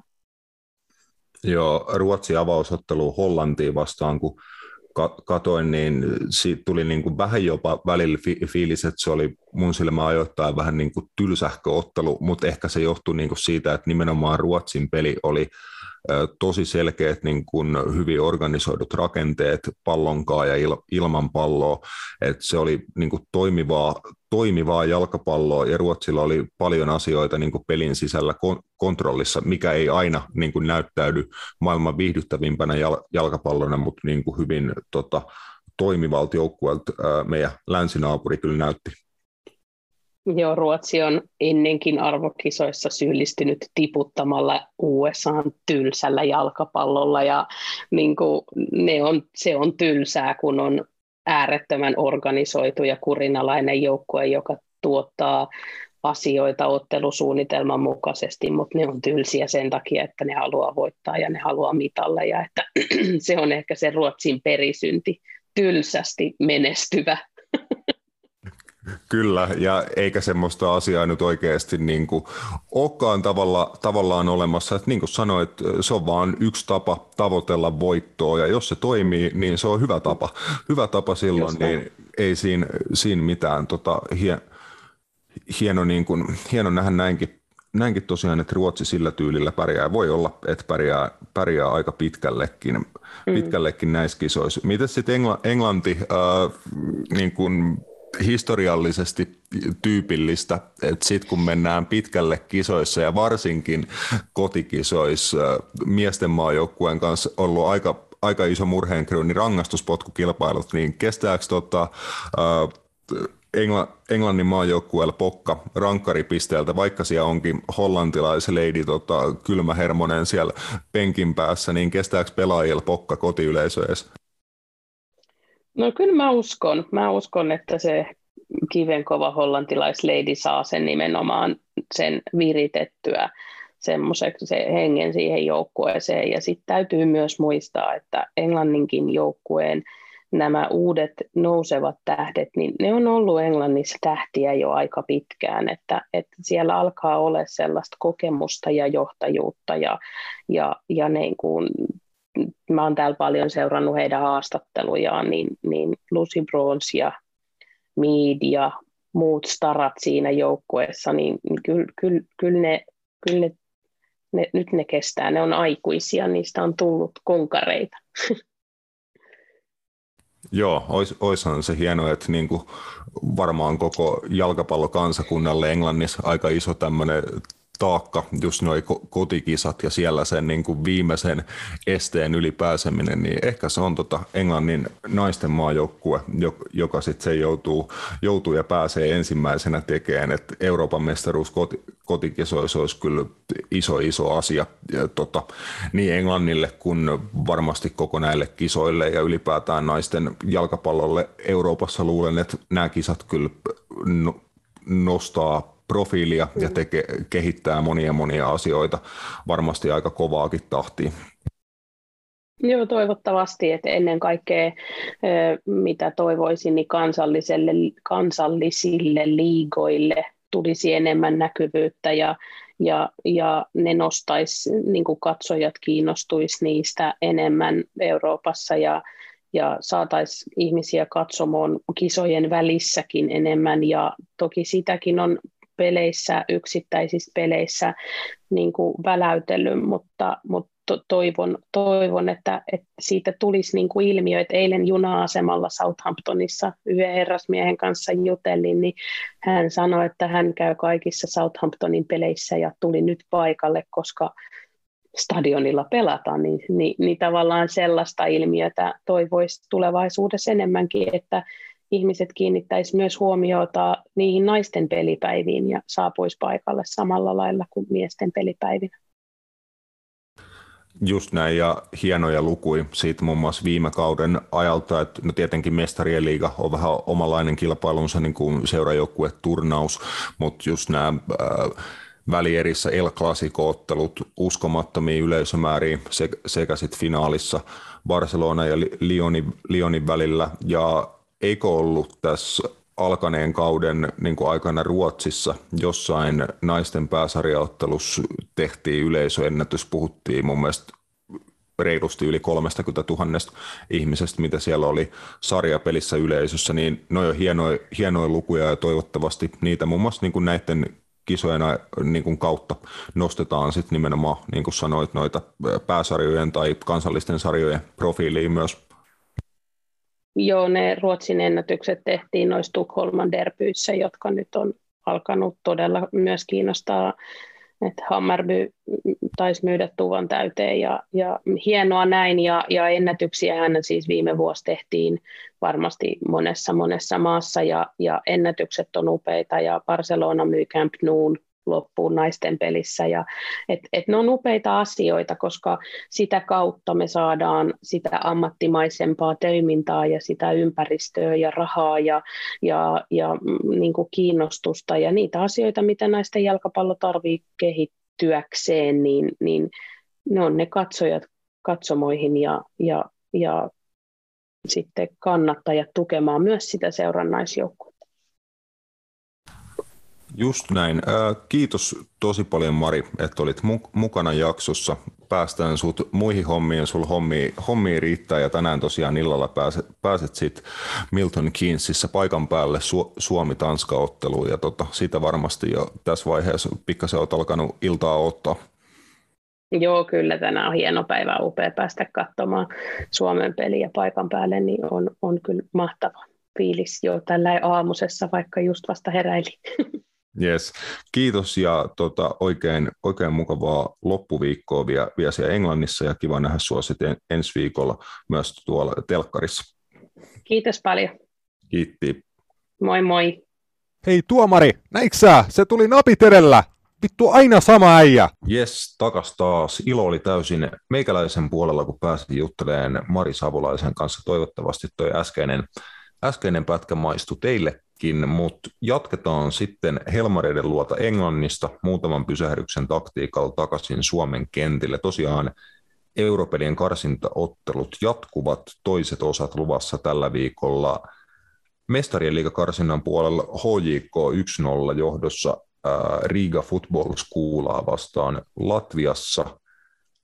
S1: Joo, Ruotsin avausottelu Hollantiin vastaan, kun katoin, niin siitä tuli niin kuin vähän jopa välillä fi- fiilis, että se oli mun silmä ajoittain vähän niin kuin tylsähkö ottelu, mutta ehkä se johtui niin kuin siitä, että nimenomaan Ruotsin peli oli tosi selkeät, niin kuin hyvin organisoidut rakenteet pallonkaan ja il, ilman palloa, että se oli niin kuin toimivaa, toimivaa jalkapalloa ja Ruotsilla oli paljon asioita niin kuin pelin sisällä kon, kontrollissa, mikä ei aina niin kuin näyttäydy maailman viihdyttävimpänä jal, jalkapallona, mutta niin kuin hyvin tota, toimivalta joukkueelta meidän länsinaapuri kyllä näytti.
S5: Joo, Ruotsi on ennenkin arvokisoissa syyllistynyt tiputtamalla U S A:n tylsällä jalkapallolla ja niin kuin ne on, se on tylsää, kun on äärettömän organisoitu ja kurinalainen joukkue, joka tuottaa asioita ottelusuunnitelman mukaisesti, mutta ne on tylsiä sen takia, että ne haluaa voittaa ja ne haluaa mitalleja, että se on ehkä se Ruotsin perisynti, tylsästi menestyvä.
S1: Kyllä, ja eikä semmoista asiaa nyt oikeasti niin kuin olekaan tavalla, tavallaan olemassa. Että niin kuin sanoit, se on vaan yksi tapa tavoitella voittoa, ja jos se toimii, niin se on hyvä tapa. Hyvä tapa silloin, niin ei siinä, siinä mitään. Tota, hie, hieno, niin kuin, hieno nähdä näinkin, näinkin tosiaan, että Ruotsi sillä tyylillä pärjää. Voi olla, että pärjää, pärjää aika pitkällekin, mm. pitkällekin näissä kisoissa. Miten sitten Engl- Englanti... Äh, niin kuin historiallisesti tyypillistä, että sitten kun mennään pitkälle kisoissa ja varsinkin kotikisoissa miesten maajoukkueen kanssa ollut aika, aika iso murheenkryyni niin rangaistuspotkukilpailut, niin kestääkö tota, äh, Engla, Englannin maajoukkueella pokka rankkaripisteeltä, vaikka siellä onkin hollantilaisleidi tota, kylmähermonen siellä penkin päässä, niin kestääkö pelaajilla pokka kotiyleisöessä?
S5: No kyllä mä uskon. Mä uskon, että se kivenkova hollantilaisleidi saa sen nimenomaan sen viritettyä semmoiseksi se hengen siihen joukkueeseen. Ja sitten täytyy myös muistaa, että Englanninkin joukkueen nämä uudet nousevat tähdet, niin ne on ollut Englannissa tähtiä jo aika pitkään, että, että siellä alkaa olla sellaista kokemusta ja johtajuutta ja, ja, ja niin kuin mä oon täällä paljon seurannut heidän haastattelujaan, niin, niin Lucy Bronze ja Mead ja muut starat siinä joukkueessa, niin kyllä, kyllä, kyllä, ne, kyllä ne, ne, nyt ne kestää, ne on aikuisia, niistä on tullut konkareita.
S1: Joo, ois, oishan se hienoa, että niinku varmaan koko jalkapallokansakunnalle Englannissa aika iso tämmöinen taakka, just nuo kotikisat ja siellä sen niin kuin viimeisen esteen ylipääseminen, niin ehkä se on tota Englannin naisten maajoukkue, joka sitten se joutuu, joutuu ja pääsee ensimmäisenä tekemään, että Euroopan mestaruus koti, kotikisoissa olisi kyllä iso iso asia ja tota, niin Englannille kuin varmasti koko näille kisoille ja ylipäätään naisten jalkapallolle Euroopassa luulen, että nämä kisat kyllä no, nostaa profiilia ja teke, kehittää monia monia asioita varmasti aika kovaakin tahtia.
S5: Joo, toivottavasti, että ennen kaikkea mitä toivoisin, niin kansalliselle, kansallisille liigoille tulisi enemmän näkyvyyttä ja, ja, ja ne nostaisi, niin kuin katsojat kiinnostuisi niistä enemmän Euroopassa ja, ja saataisiin ihmisiä katsomaan kisojen välissäkin enemmän ja toki sitäkin on peleissä, yksittäisissä peleissä niin kuin väläytellyt, mutta, mutta toivon, toivon että, että siitä tulisi niin kuin ilmiö, että eilen juna-asemalla Southamptonissa yhden herrasmiehen kanssa jutelin, niin hän sanoi, että hän käy kaikissa Southamptonin peleissä ja tuli nyt paikalle, koska stadionilla pelataan, niin, niin, niin tavallaan sellaista ilmiötä toivoisi tulevaisuudessa enemmänkin, että ihmiset kiinnittäisi myös huomiota niihin naisten pelipäiviin ja saapuisi paikalle samalla lailla kuin miesten pelipäivinä.
S1: Just näin, ja hienoja lukuja siitä muun muassa viime kauden ajalta, että no tietenkin Mestarien liiga on vähän omanlainen kilpailunsa niin kuin seurajoukkueturnaus, mutta just nämä äh, välierissä El Clasico-ottelut, uskomattomia yleisömääriä sekä, sekä sitten finaalissa Barcelona ja Lyonin, Lyonin välillä, ja eikö ollut tässä alkaneen kauden niin kuin aikana Ruotsissa jossain naisten pääsarjaottelussa tehtiin yleisöennätys, puhuttiin mun mielestä reilusti yli kolmekymmentätuhatta ihmisestä, mitä siellä oli sarjapelissä yleisössä, niin ne on hienoja, hienoja lukuja ja toivottavasti niitä muun muassa niin kuin näiden kisojen niin kuin kautta nostetaan sitten nimenomaan, niin kuin sanoit, noita pääsarjojen tai kansallisten sarjojen profiiliin myös.
S5: Joo, ne Ruotsin ennätykset tehtiin noissa Tukholman derbyissä, jotka nyt on alkanut todella myös kiinnostaa, että Hammarby taisi myydä tuvan täyteen ja, ja hienoa näin ja, ja ennätyksiähän siis viime vuosi tehtiin varmasti monessa monessa maassa ja, ja ennätykset on upeita ja Barcelona myy Camp Noun loppuun naisten pelissä. Ja, et, et ne on upeita asioita, koska sitä kautta me saadaan sitä ammattimaisempaa toimintaa ja sitä ympäristöä ja rahaa ja, ja, ja niin kuin kiinnostusta ja niitä asioita, mitä naisten jalkapallo tarvitsee kehittyäkseen, niin, niin ne on ne katsojat katsomoihin ja, ja, ja sitten kannattajat tukemaan myös sitä seurannaisjoukkuetta.
S1: Just näin. Kiitos tosi paljon, Mari, että olit mukana jaksossa. Päästään sut muihin hommiin, sulla hommia, hommia riittää ja tänään tosiaan illalla pääset, pääset sit Milton Keynesissä paikan päälle Su- Suomi-Tanska-otteluun ja tota, sitä varmasti jo tässä vaiheessa pikkasen olet alkanut iltaa ottaa.
S5: Joo, kyllä tänään on hieno päivä, upea päästä katsomaan Suomen peliä paikan päälle, niin on, on kyllä mahtava fiilis jo tällä aamusessa, vaikka just vasta heräilin.
S1: Yes. Kiitos ja tota, oikein, oikein mukavaa loppuviikkoa vielä, vielä siellä Englannissa ja kiva nähdä sinua sitten ensi viikolla myös tuolla telkkarissa.
S5: Kiitos paljon.
S1: Kiitti.
S5: Moi moi.
S6: Hei tuomari, näitkö sä? Se tuli napit edellä. Vittu aina sama äijä.
S1: Jes, takas taas. Ilo oli täysin meikäläisen puolella, kun pääsin juttelemaan Mari Savolaisen kanssa. Toivottavasti toi äskeinen, äskeinen pätkä maistui teillekin, mutta jatketaan sitten Helmareiden luota Englannista muutaman pysähdyksen taktiikalla takaisin Suomen kentille. Tosiaan Europelien karsintaottelut jatkuvat, toiset osat luvassa tällä viikolla. Mestarien liigakarsinnan puolella H J K yksi nolla johdossa Riga Football Schoolaa vastaan Latviassa.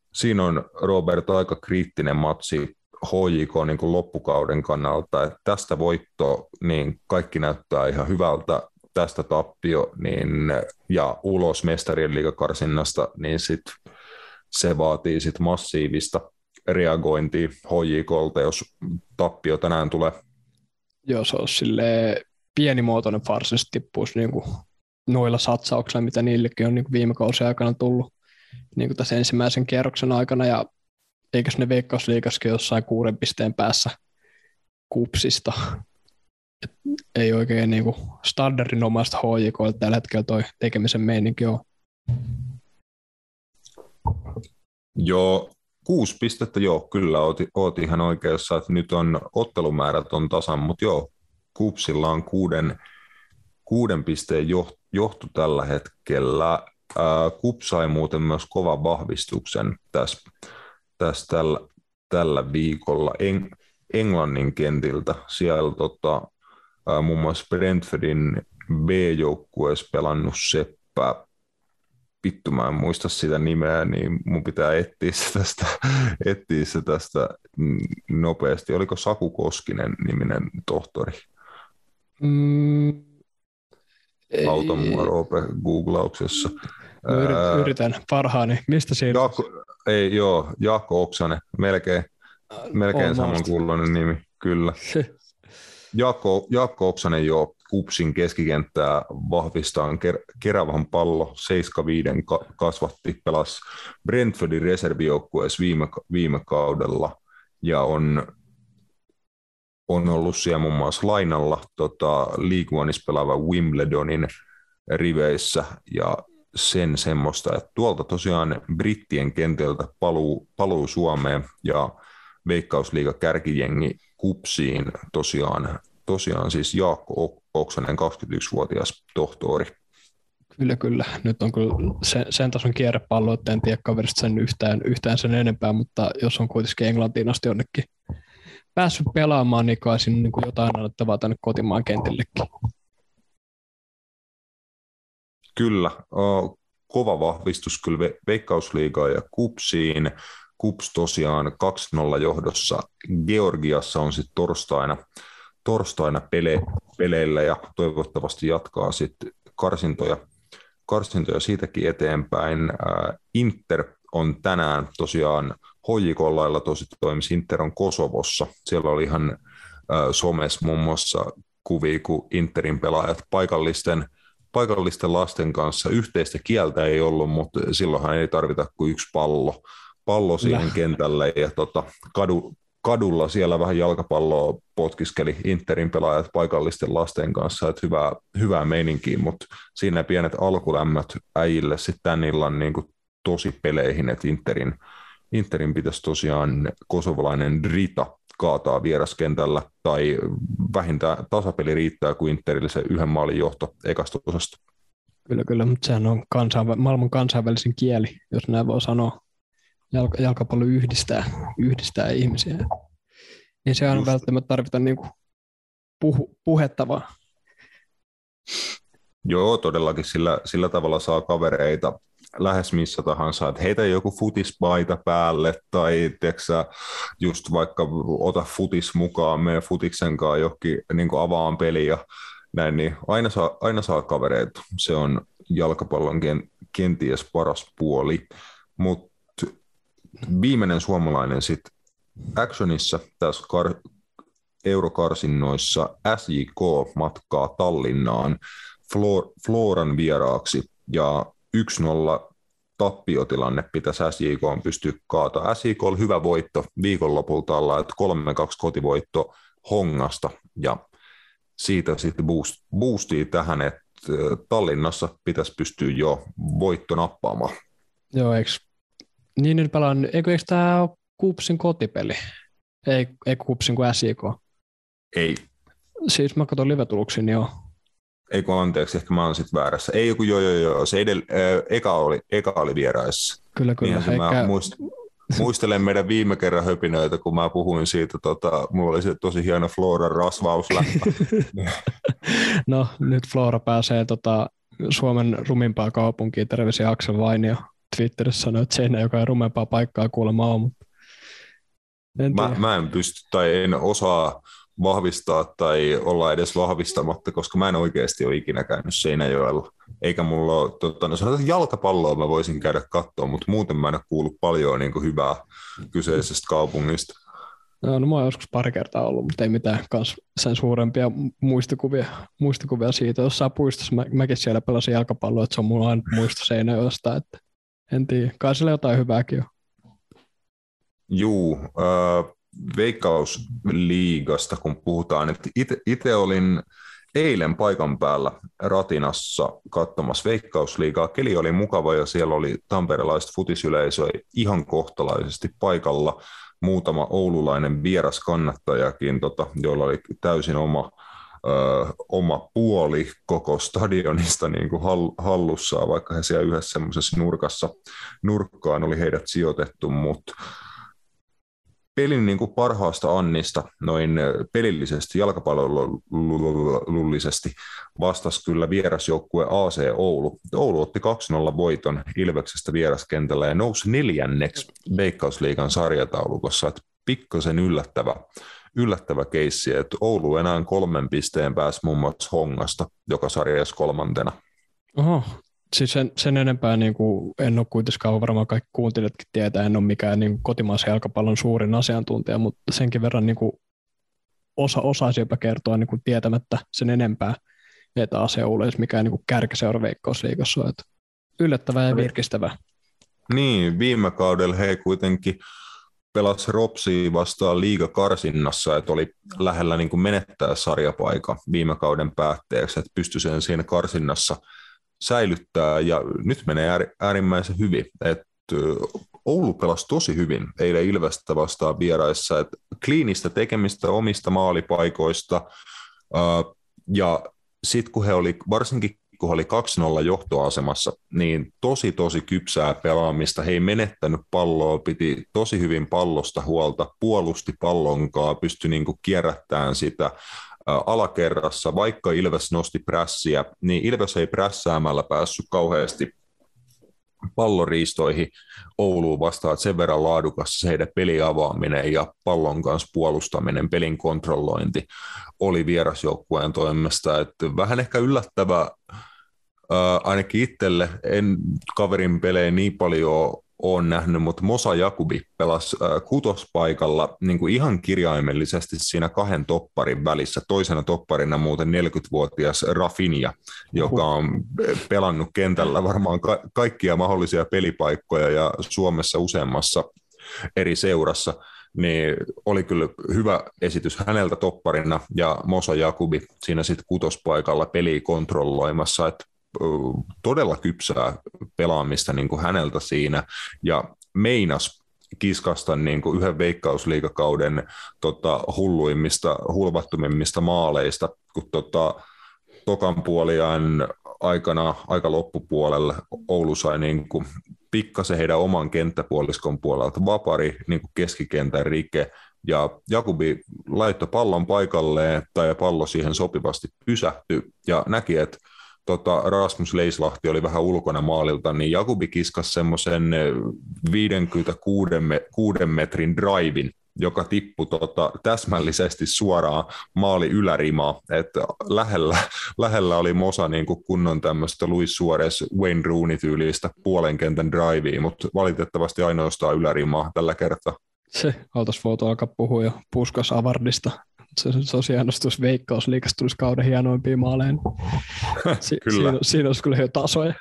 S1: siinä on Robert aika kriittinen matsi H J K niin kuin loppukauden kannalta, että tästä voitto, niin kaikki näyttää ihan hyvältä, tästä tappio niin, ja ulos mestarien liigakarsinnasta, niin sit se vaatii sit massiivista reagointia H J K:lta, jos tappio tänään tulee.
S3: Joo, se on silleen pienimuotoinen farssi, se tippuisi niin kuin noilla satsauksilla, mitä niillekin on niin kuin viime kausien aikana tullut niin kuin tässä ensimmäisen kierroksen aikana, ja eikös ne Veikkausliigassakin jossain kuuden pisteen päässä kupsista. Et ei oikein niin kuin standardinomaista H J K:lta tällä hetkellä toi tekemisen meininki on.
S1: Joo, kuusi pistettä, joo, kyllä oot, oot ihan oikeassa, että nyt on ottelumäärät on tasan, mutta joo, Kupsilla on kuuden, kuuden pisteen johto tällä hetkellä. Ää, Kup sai muuten myös kovan vahvistuksen tässä, tässä tällä, tällä viikolla Eng, Englannin kentiltä. Siellä tota, ää, muun muassa Brentfordin B-joukkueessa pelannut Seppä, vittu mä en muista sitä nimeä, niin mun pitää etsiä se tästä, etsiä se tästä nopeasti. Oliko Saku Koskinen niminen tohtori?
S3: Mm,
S1: Auta mua Roope googlauksessa.
S3: Yrit, yritän parhaani. Mistä siinä?
S1: Jaakko, ei, joo, Jaakko Oksanen, melkein, melkein samankuuloinen nimi, kyllä. Jaakko, Jaakko Oksanen jo Kupsin keskikenttää vahvistaa ker- Keravan pallo, seitsemän viisi ka- kasvatti, pelasi Brentfordin reservijoukkueessa viime, viime kaudella ja on, on ollut siellä muun muassa lainalla tota, League Oneissa pelaava Wimbledonin riveissä ja sen semmoista, että tuolta tosiaan brittien kentältä paluu, paluu Suomeen ja Veikkausliiga kärkijengi Kupsiin tosiaan, tosiaan siis Jaakko Oksanen, kaksikymmentäyksivuotias tohtori.
S3: Kyllä, kyllä. Nyt on kyllä sen, sen tason kierrepallo, että en tiedä kaverista sen yhtään, yhtään sen enempää, mutta jos on kuitenkin Englantiin asti jonnekin päässyt pelaamaan, niin kai siinä niin kuin jotain annettavaa tänne kotimaan kentillekin.
S1: Kyllä, kova vahvistus kyllä Veikkausliigaan ja Kupsiin. Kups tosiaan kaksi nolla johdossa. Georgiassa on sitten torstaina, torstaina pele, peleillä ja toivottavasti jatkaa sitten karsintoja, karsintoja siitäkin eteenpäin. Ää, Inter on tänään tosiaan H J K:n lailla tosi toimisi. Inter on Kosovossa. Siellä oli ihan ää, somessa muun muassa kuvia, kun Interin pelaajat paikallisten paikallisten lasten kanssa. Yhteistä kieltä ei ollut, mutta silloinhan ei tarvita kuin yksi pallo. pallo siihen Läh. kentälle ja tota, kadu, kadulla siellä vähän jalkapalloa potkiskeli Interin pelaajat paikallisten lasten kanssa, että hyvää, hyvää meininkiä, mutta siinä pienet alkulämmöt äijille sitten tän illan niin kuin tosi peleihin, että Interin, Interin pitäisi tosiaan kosovolainen Drita kaataa vieraskentällä, tai vähintään tasapeli riittää, kuin Interille se yhden maalin johto ekasta osasta.
S3: Kyllä, kyllä, mutta sehän on kansainvä- maailman kansainvälisin kieli, jos näin voi sanoa. Jalka- jalkapallo yhdistää, yhdistää ihmisiä. Ei se aina välttämättä tarvita niinku puhu- puhettavaa.
S1: Joo, todellakin sillä, sillä tavalla saa kavereita lähes missä tahansa, että heitä joku futispaita päälle tai tiiäksä, just vaikka ota futis mukaan, mene futiksen kanssa johonkin niin avaan peli ja näin, niin aina saa, aina saa kavereita. Se on jalkapallon kenties paras puoli, mutta viimeinen suomalainen sitten Actionissa tässä kar- eurokarsinnoissa S J K matkaa Tallinnaan Flor- Floran vieraaksi ja yksi nolla tappiotilanne pitäisi S J K pystyä kaataa. S J K oli hyvä voitto viikonlopulta alla, että kolme kaksi kotivoitto Hongasta ja siitä sitten boost, boostii tähän, että Tallinnassa pitäisi pystyä jo voitto nappaamaan.
S3: Joo, eikö niin nyt pelaan, eikö, eikö tämä ole Kupsin kotipeli? Ei, ei Kupsin kuin S J K.
S1: Ei.
S3: Siis mä katson live-tuloksia, niin joo.
S1: Eikö anteeksi, ehkä mä oon sitten väärässä. Ei joku joo joo joo, se edellä, äh, eka, oli, eka oli vieraissa.
S3: Kyllä, kyllä.
S1: Eikä... Mä muist, muistelen meidän viime kerran höpinöitä, kun mä puhuin siitä, tota, mulla oli se tosi hieno Floran rasvausläppä.
S3: No, nyt Flora pääsee tota, Suomen rumimpaan kaupunkiin, terveisiä Aksel Vainio Twitterissä sanoi, että Seinäjoki joka ei rumempaa paikkaa kuulemma on, mutta en
S1: mä, mä en pysty tai en osaa vahvistaa tai olla edes vahvistamatta, koska mä en oikeasti ole ikinä käynyt Seinäjoella. Eikä mulla ole, tota, no sanotaan, että jalkapalloa mä voisin käydä katsoa, mutta muuten mä en ole kuullut paljon niin kuin hyvää kyseisestä kaupungista.
S3: No, no mä oon joskus pari kertaa ollut, mutta ei mitään kans sen suurempia muistikuvia, muistikuvia siitä. Jossain puistossa mä, mäkin siellä pelasin jalkapalloa, että se on mulla aina muisto Seinäjoesta, että en tiedä, kai siellä jotain hyvääkin on.
S1: Juu, äh, Veikkausliigasta kun puhutaan, että itse olin eilen paikan päällä Ratinassa katsomassa Veikkausliigaa. Keli oli mukava ja siellä oli tamperelaiset futisyleisöä ihan kohtalaisesti paikalla. Muutama oululainen vieras kannattajakin, tota, joilla oli täysin oma, ö, oma puoli koko stadionista niin kuin hallussaan, vaikka he siellä yhdessä semmoisessa nurkassa, nurkkaan oli heidät sijoitettu, mutta pelin niin kuin parhaasta annista noin pelillisesti, jalkapallollisesti vastasi kyllä vierasjoukkue A C Oulu. Oulu otti kaksi nolla voiton Ilveksestä vieraskentällä ja nousi neljänneksi Veikkausliigan sarjataulukossa. Että pikkasen yllättävä, yllättävä keissi, että Oulu enää kolmen pisteen pääsi muun muassa Hongasta, joka sarjassa kolmantena.
S3: Oho. Siis sen, sen enempää niin kuin, en ole kuitenkaan varmaan kaikki kuuntelijatkin tietää, en ole mikään niin kotimaisen jalkapallon suurin asiantuntija, mutta senkin verran niin kuin, osa, osaisi jopa kertoa niin kuin, tietämättä sen enempää, että A C Oulu ei mikään niin kuin kärkiseura Veikkausliigassa, että yllättävää ja virkistävää.
S1: Niin, viime kaudella he kuitenkin pelasi Ropsia vastaan liigakarsinnassa, että oli lähellä niin kuin menettää sarjapaikka viime kauden päätteeksi, että pystyi sen siinä karsinnassa säilyttää ja nyt menee äärimmäisen hyvin. Et Oulu pelasi tosi hyvin eilen Ilvestä vastaan vieraissa, että kliinistä tekemistä omista maalipaikoista ja sitten kun he oli, varsinkin kun he oli kaksi nolla johtoasemassa, niin tosi tosi kypsää pelaamista. He ei menettänyt palloa, piti tosi hyvin pallosta huolta, puolusti pallonkaan, pystyi niinku kierrättämään sitä alakerrassa, vaikka Ilves nosti prässiä, niin Ilves ei prässäämällä päässyt kauheasti palloriistoihin Ouluun vastaan, että sen verran laadukas heidän peliavaaminen ja pallon kanssa puolustaminen, pelin kontrollointi oli vierasjoukkueen toimesta, että vähän ehkä yllättävä ää, ainakin itselle, en kaverin pelejä niin paljon olen nähnyt, mutta Mosa Jakubi pelasi äh, kutospaikalla niin kuin ihan kirjaimellisesti siinä kahden topparin välissä. Toisena topparina muuten neljäkymmentävuotias Rafinha, joka on pelannut kentällä varmaan ka- kaikkia mahdollisia pelipaikkoja ja Suomessa useammassa eri seurassa. Niin oli kyllä hyvä esitys häneltä topparina ja Mosa Jakubi siinä sitten kutospaikalla peliä kontrolloimassa, että todella kypsää pelaamista niin kuin häneltä siinä, ja meinas kiskasta niin kuin yhden Veikkausliigakauden tota, hulluimmista, hulvattomimmista maaleista, kun tota, tokan puoliaan aikana, aika loppupuolelle Oulu sai niin kuin pikkasen heidän oman kenttäpuoliskon puolelta vapari niin kuin keskikentän rike, ja Jakubi laittoi pallon paikalleen, tai pallo siihen sopivasti pysähtyi, ja näki, että Tota, Rasmus Leislahti oli vähän ulkona maalilta, niin Jakubi kiskasi semmoisen viisikymmentäkuusi metrin drivein, joka tippui tota, täsmällisesti suoraan maali ylärimaa. että lähellä, lähellä oli Mosa niin kuin kunnon tämmöistä Luis Suarez, Wayne Rooney-tyylistä puolen kentän drivea, mutta valitettavasti ainoastaan ylärimaa tällä kertaa.
S3: Se oltaisiin voitu alkaa puhua jo Puskas Avardista. Se tosiaan tuossa Veikkausliigassa tulisi kauden hienoimpia maaleja. Si- siinä, siinä olisi kyllä jo tasoja.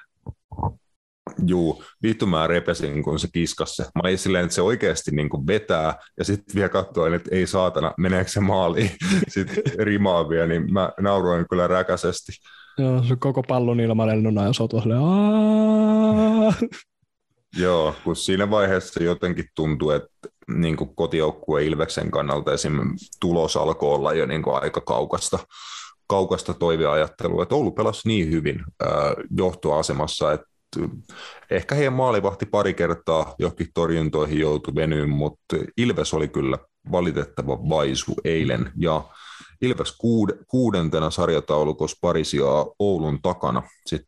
S1: Juu, vittu mä repesin, kun se kiskas se. Mä olin silleen, että se oikeasti niin kuin vetää, ja sitten vielä katsoin, että ei saatana, meneekö se maaliin sitten rimaa vielä, niin mä nauroin kyllä räkäisesti.
S3: Joo, se koko pallon ilma lennuna, ja se on silleen aah.
S1: Joo, kun siinä vaiheessa jotenkin tuntui, että niin kuin kotijoukkueen Ilveksen kannalta esimerkiksi tulos alkoi olla jo niin kuin aika kaukasta, kaukasta toiveajattelua. Että Oulu pelasi niin hyvin äh, johtoasemassa, että ehkä heidän maalivahti pari kertaa johonkin torjuntoihin joutui venyyn, mutta Ilves oli kyllä valitettava vaisu eilen. Ja Ilves kuud- kuudentena sarjataulukossa pari sijaa Oulun takana sitten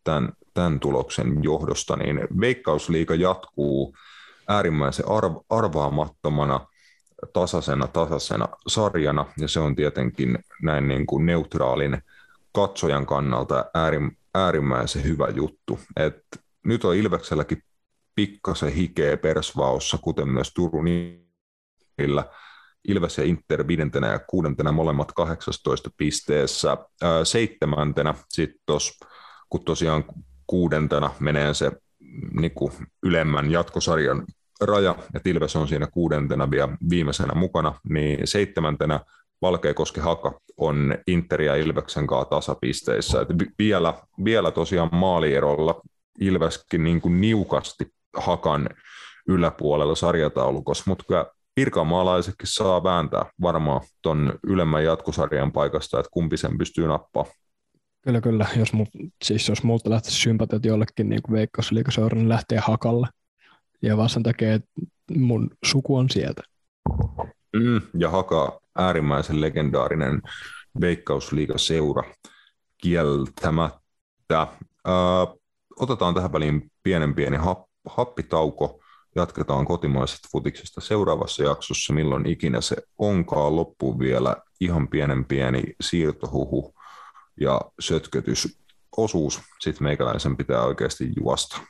S1: tämän tuloksen johdosta, niin Veikkausliiga jatkuu äärimmäisen arv- arvaamattomana tasaisena tasaisena sarjana, ja se on tietenkin näin niin kuin neutraalin katsojan kannalta äärim, äärimmäisen hyvä juttu. Et nyt on Ilvekselläkin pikkasen hikeä persvaossa, kuten myös Turun Ilvellä. Ilves ja Inter viidentenä ja kuudentena molemmat kahdeksantoista pisteessä. Ää, seitsemäntenä sitten tuossa, kun tosiaan kuudentena menee se niin kuin ylemmän jatkosarjan raja, että Ilves on siinä kuudentena vielä viimeisenä mukana, niin seitsemäntenä Valkeakoski Haka on Inter ja Ilveksen kanssa tasapisteissä. Et vielä, vielä tosiaan maalierolla Ilveskin niin kuin niukasti Hakan yläpuolella sarjataulukossa, mutta kyllä pirkanmaalaisetkin saa vääntää varmaan tuon ylemmän jatkosarjan paikasta, että kumpi sen pystyy nappaa.
S3: Kyllä, kyllä. Jos, mu, siis jos multa lähtisi sympatiat jollekin niin kuin Veikkausliigaseura, niin lähtee Hakalle. Ja vaan sen takia, että mun suku on sieltä.
S1: Mm, ja Haka äärimmäisen legendaarinen Veikkausliigaseura kieltämättä. Äh, otetaan tähän väliin pienen pieni hap, happitauko. Jatketaan kotimaisesta futiksesta seuraavassa jaksossa, milloin ikinä se onkaan. Loppuun vielä ihan pienen pieni siirtohuhu ja sötkötysosuus. Sitten meikäläisen pitää oikeasti juosta.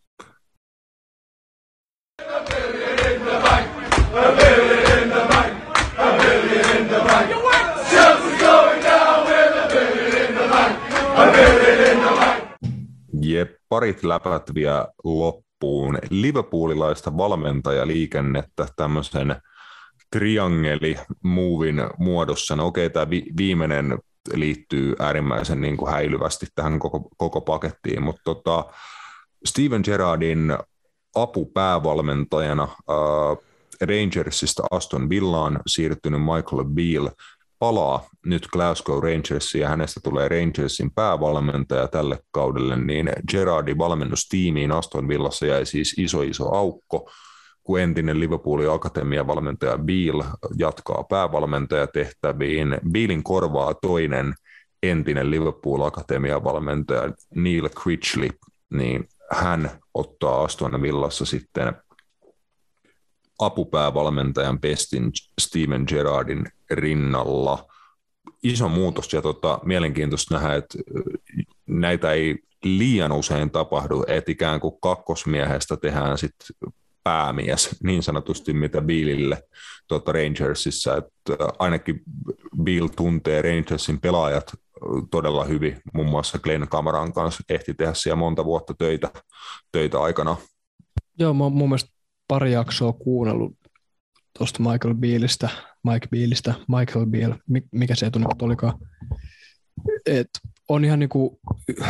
S1: Jep, parit läpät vielä loppuun. Liverpoolilaista valmentajaliikennettä tämmöisen triangeli-movin muodossa. No okei, tämä vi- viimeinen liittyy äärimmäisen niin kuin häilyvästi tähän koko, koko pakettiin, mutta tota, Steven Gerrardin apupäävalmentajana äh, Rangersista Aston Villaan siirtynyt Michael Beale palaa nyt Glasgow Rangersiin ja hänestä tulee Rangersin päävalmentaja tälle kaudelle, niin Gerrardin valmennustiimiin Aston Villassa jäi siis iso iso aukko, kun entinen Liverpoolin akatemiavalmentaja Beale jatkaa päävalmentajatehtäviin. Bealin korvaa toinen entinen Liverpool akatemiavalmentaja Neil Critchley, niin hän ottaa Aston Villassa sitten apupäävalmentajan pestin Steven Gerrardin rinnalla. Iso muutos ja tota, mielenkiintoista nähdä, että näitä ei liian usein tapahdu, että ikään kuin kakkosmiehestä tehdään sitten päämies, niin sanotusti mitä Bealille tuota Rangersissa, että ainakin Beale tuntee Rangersin pelaajat todella hyvin, muun muassa Glenn Camaran kanssa ehti tehdä siellä monta vuotta töitä, töitä aikana.
S3: Joo, mä oon mun mielestä pari jaksoa kuunnellut tuosta Michael Bealestä, Mike Bealestä, Michael Beale, mikä se etu nyt olikaan. Et on ihan niinku,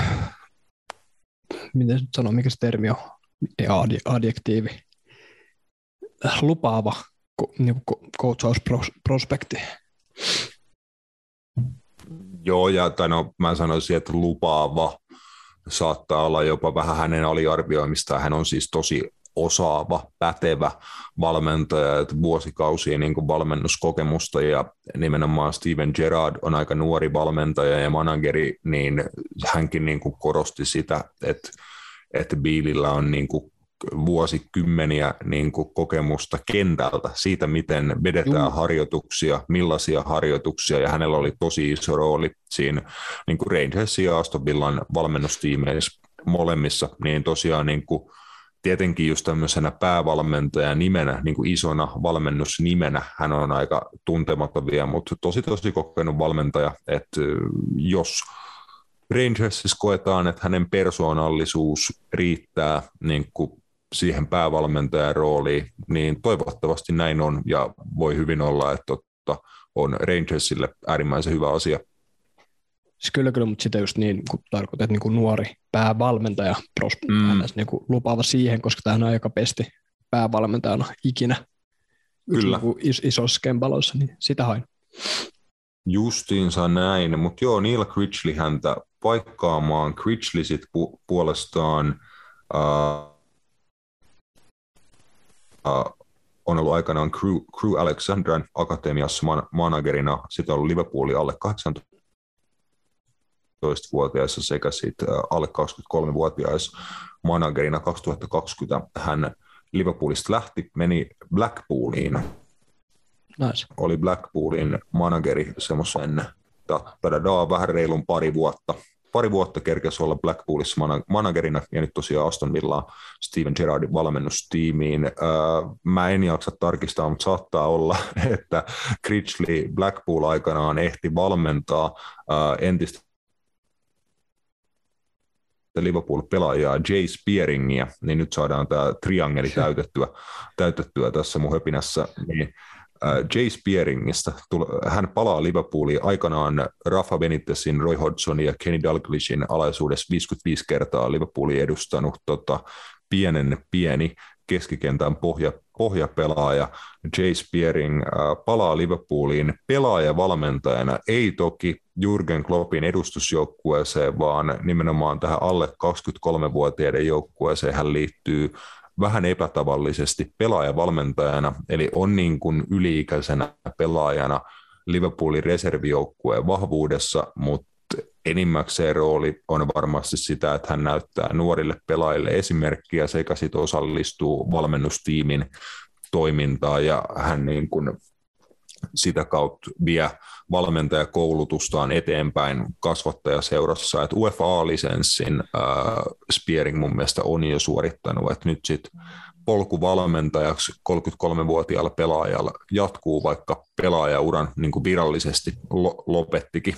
S3: miten sanoa, mikä se termi on, adjektiivi, lupaava niinku coachausprospekti.
S1: Joo, ja tai no, mä sanoisin, että lupaava saattaa olla jopa vähän hänen aliarvioimistaan. Hän on siis tosi osaava, pätevä valmentaja, että vuosikausia niin kuin valmennuskokemusta ja nimenomaan Steven Gerrard on aika nuori valmentaja ja manageri, niin hänkin niin kuin korosti sitä, että, että Bealella on niin kuin vuosikymmeniä niin kuin kokemusta kentältä siitä, miten vedetään Juh. harjoituksia, millaisia harjoituksia, ja hänellä oli tosi iso rooli siinä niin kuin Rangersin ja Aston Villan valmennustiimeissä molemmissa, niin tosiaan niin kuin tietenkin just tämmöisenä päävalmentajan nimenä, niin kuin isona valmennusnimenä, hän on aika tuntematon vielä, mutta tosi tosi kokenut valmentaja, että jos Rangersissa koetaan, että hänen persoonallisuus riittää niin kuin siihen päävalmentajan rooliin, niin toivottavasti näin on, ja voi hyvin olla, että totta, on Rangersille äärimmäisen hyvä asia.
S3: Siis kyllä, kyllä, mutta sitä just niin, kun tarkoitat, että niin kuin nuori päävalmentaja, pros- mm. niin kuin lupaava siihen, koska tämähän on aika pesti päävalmentajana ikinä.
S1: Kyllä.
S3: Niin is- isossa kempaloissa, niin sitä hain.
S1: Justiinsa näin, mutta joo, Neil Critchley häntä paikkaamaan. Critchley sit pu- puolestaan uh, uh, on ollut aikanaan Crew, Crew Alexandran akatemiassa man- managerina, sitten on ollut Liverpoolin alle kahdeksantoista kahdeksantoistavuotiaissa sekä sitten alle kaksikymmentäkolmevuotiaissa managerina. kaksituhattakaksikymmentä hän Liverpoolista lähti, meni Blackpooliin.
S3: Nice.
S1: Oli Blackpoolin manageri semmoisen vähän reilun pari vuotta. Pari vuotta kerkesi olla Blackpoolissa managerina ja nyt tosiaan Aston Villa Steven Gerrardin valmennustiimiin. Mä en jaksa tarkistaa, mutta saattaa olla, että Critchley Blackpool aikanaan ehti valmentaa entistä Liverpool-pelaajaa Jay Spearingia, niin nyt saadaan tämä triangeli täytettyä, täytettyä tässä mun höpinässä. Niin Jay Spearingista, hän palaa Liverpooliin aikanaan Rafa Benitezin, Roy Hodgsonin ja Kenny Dalglishin alaisuudessa viisikymmentäviisi kertaa Liverpoolin edustanut tota, pienen pieni keskikentän pohja, pohjapelaaja. Jay Spearing äh, palaa Liverpooliin pelaajavalmentajana, ei toki Jürgen Kloppin edustusjoukkueeseen, vaan nimenomaan tähän alle kaksikymmentäkolmevuotiaiden joukkueeseen hän liittyy vähän epätavallisesti pelaajavalmentajana, eli on niin kuin yli-ikäisenä pelaajana Liverpoolin reservijoukkueen vahvuudessa, mutta enimmäkseen rooli on varmasti sitä, että hän näyttää nuorille pelaajille esimerkkiä sekä sitten osallistuu valmennustiimin toimintaan ja hän niin kuin sitä kautta vie valmentajakoulutustaan eteenpäin kasvattajaseurassa. Et U F A-lisenssin äh, Spearing mun mielestä on jo suorittanut, että nyt sitten polkuvalmentajaksi kolmekymmentäkolmevuotiaalla pelaajalla jatkuu, vaikka pelaajauran niin kuin virallisesti lo- lopettikin.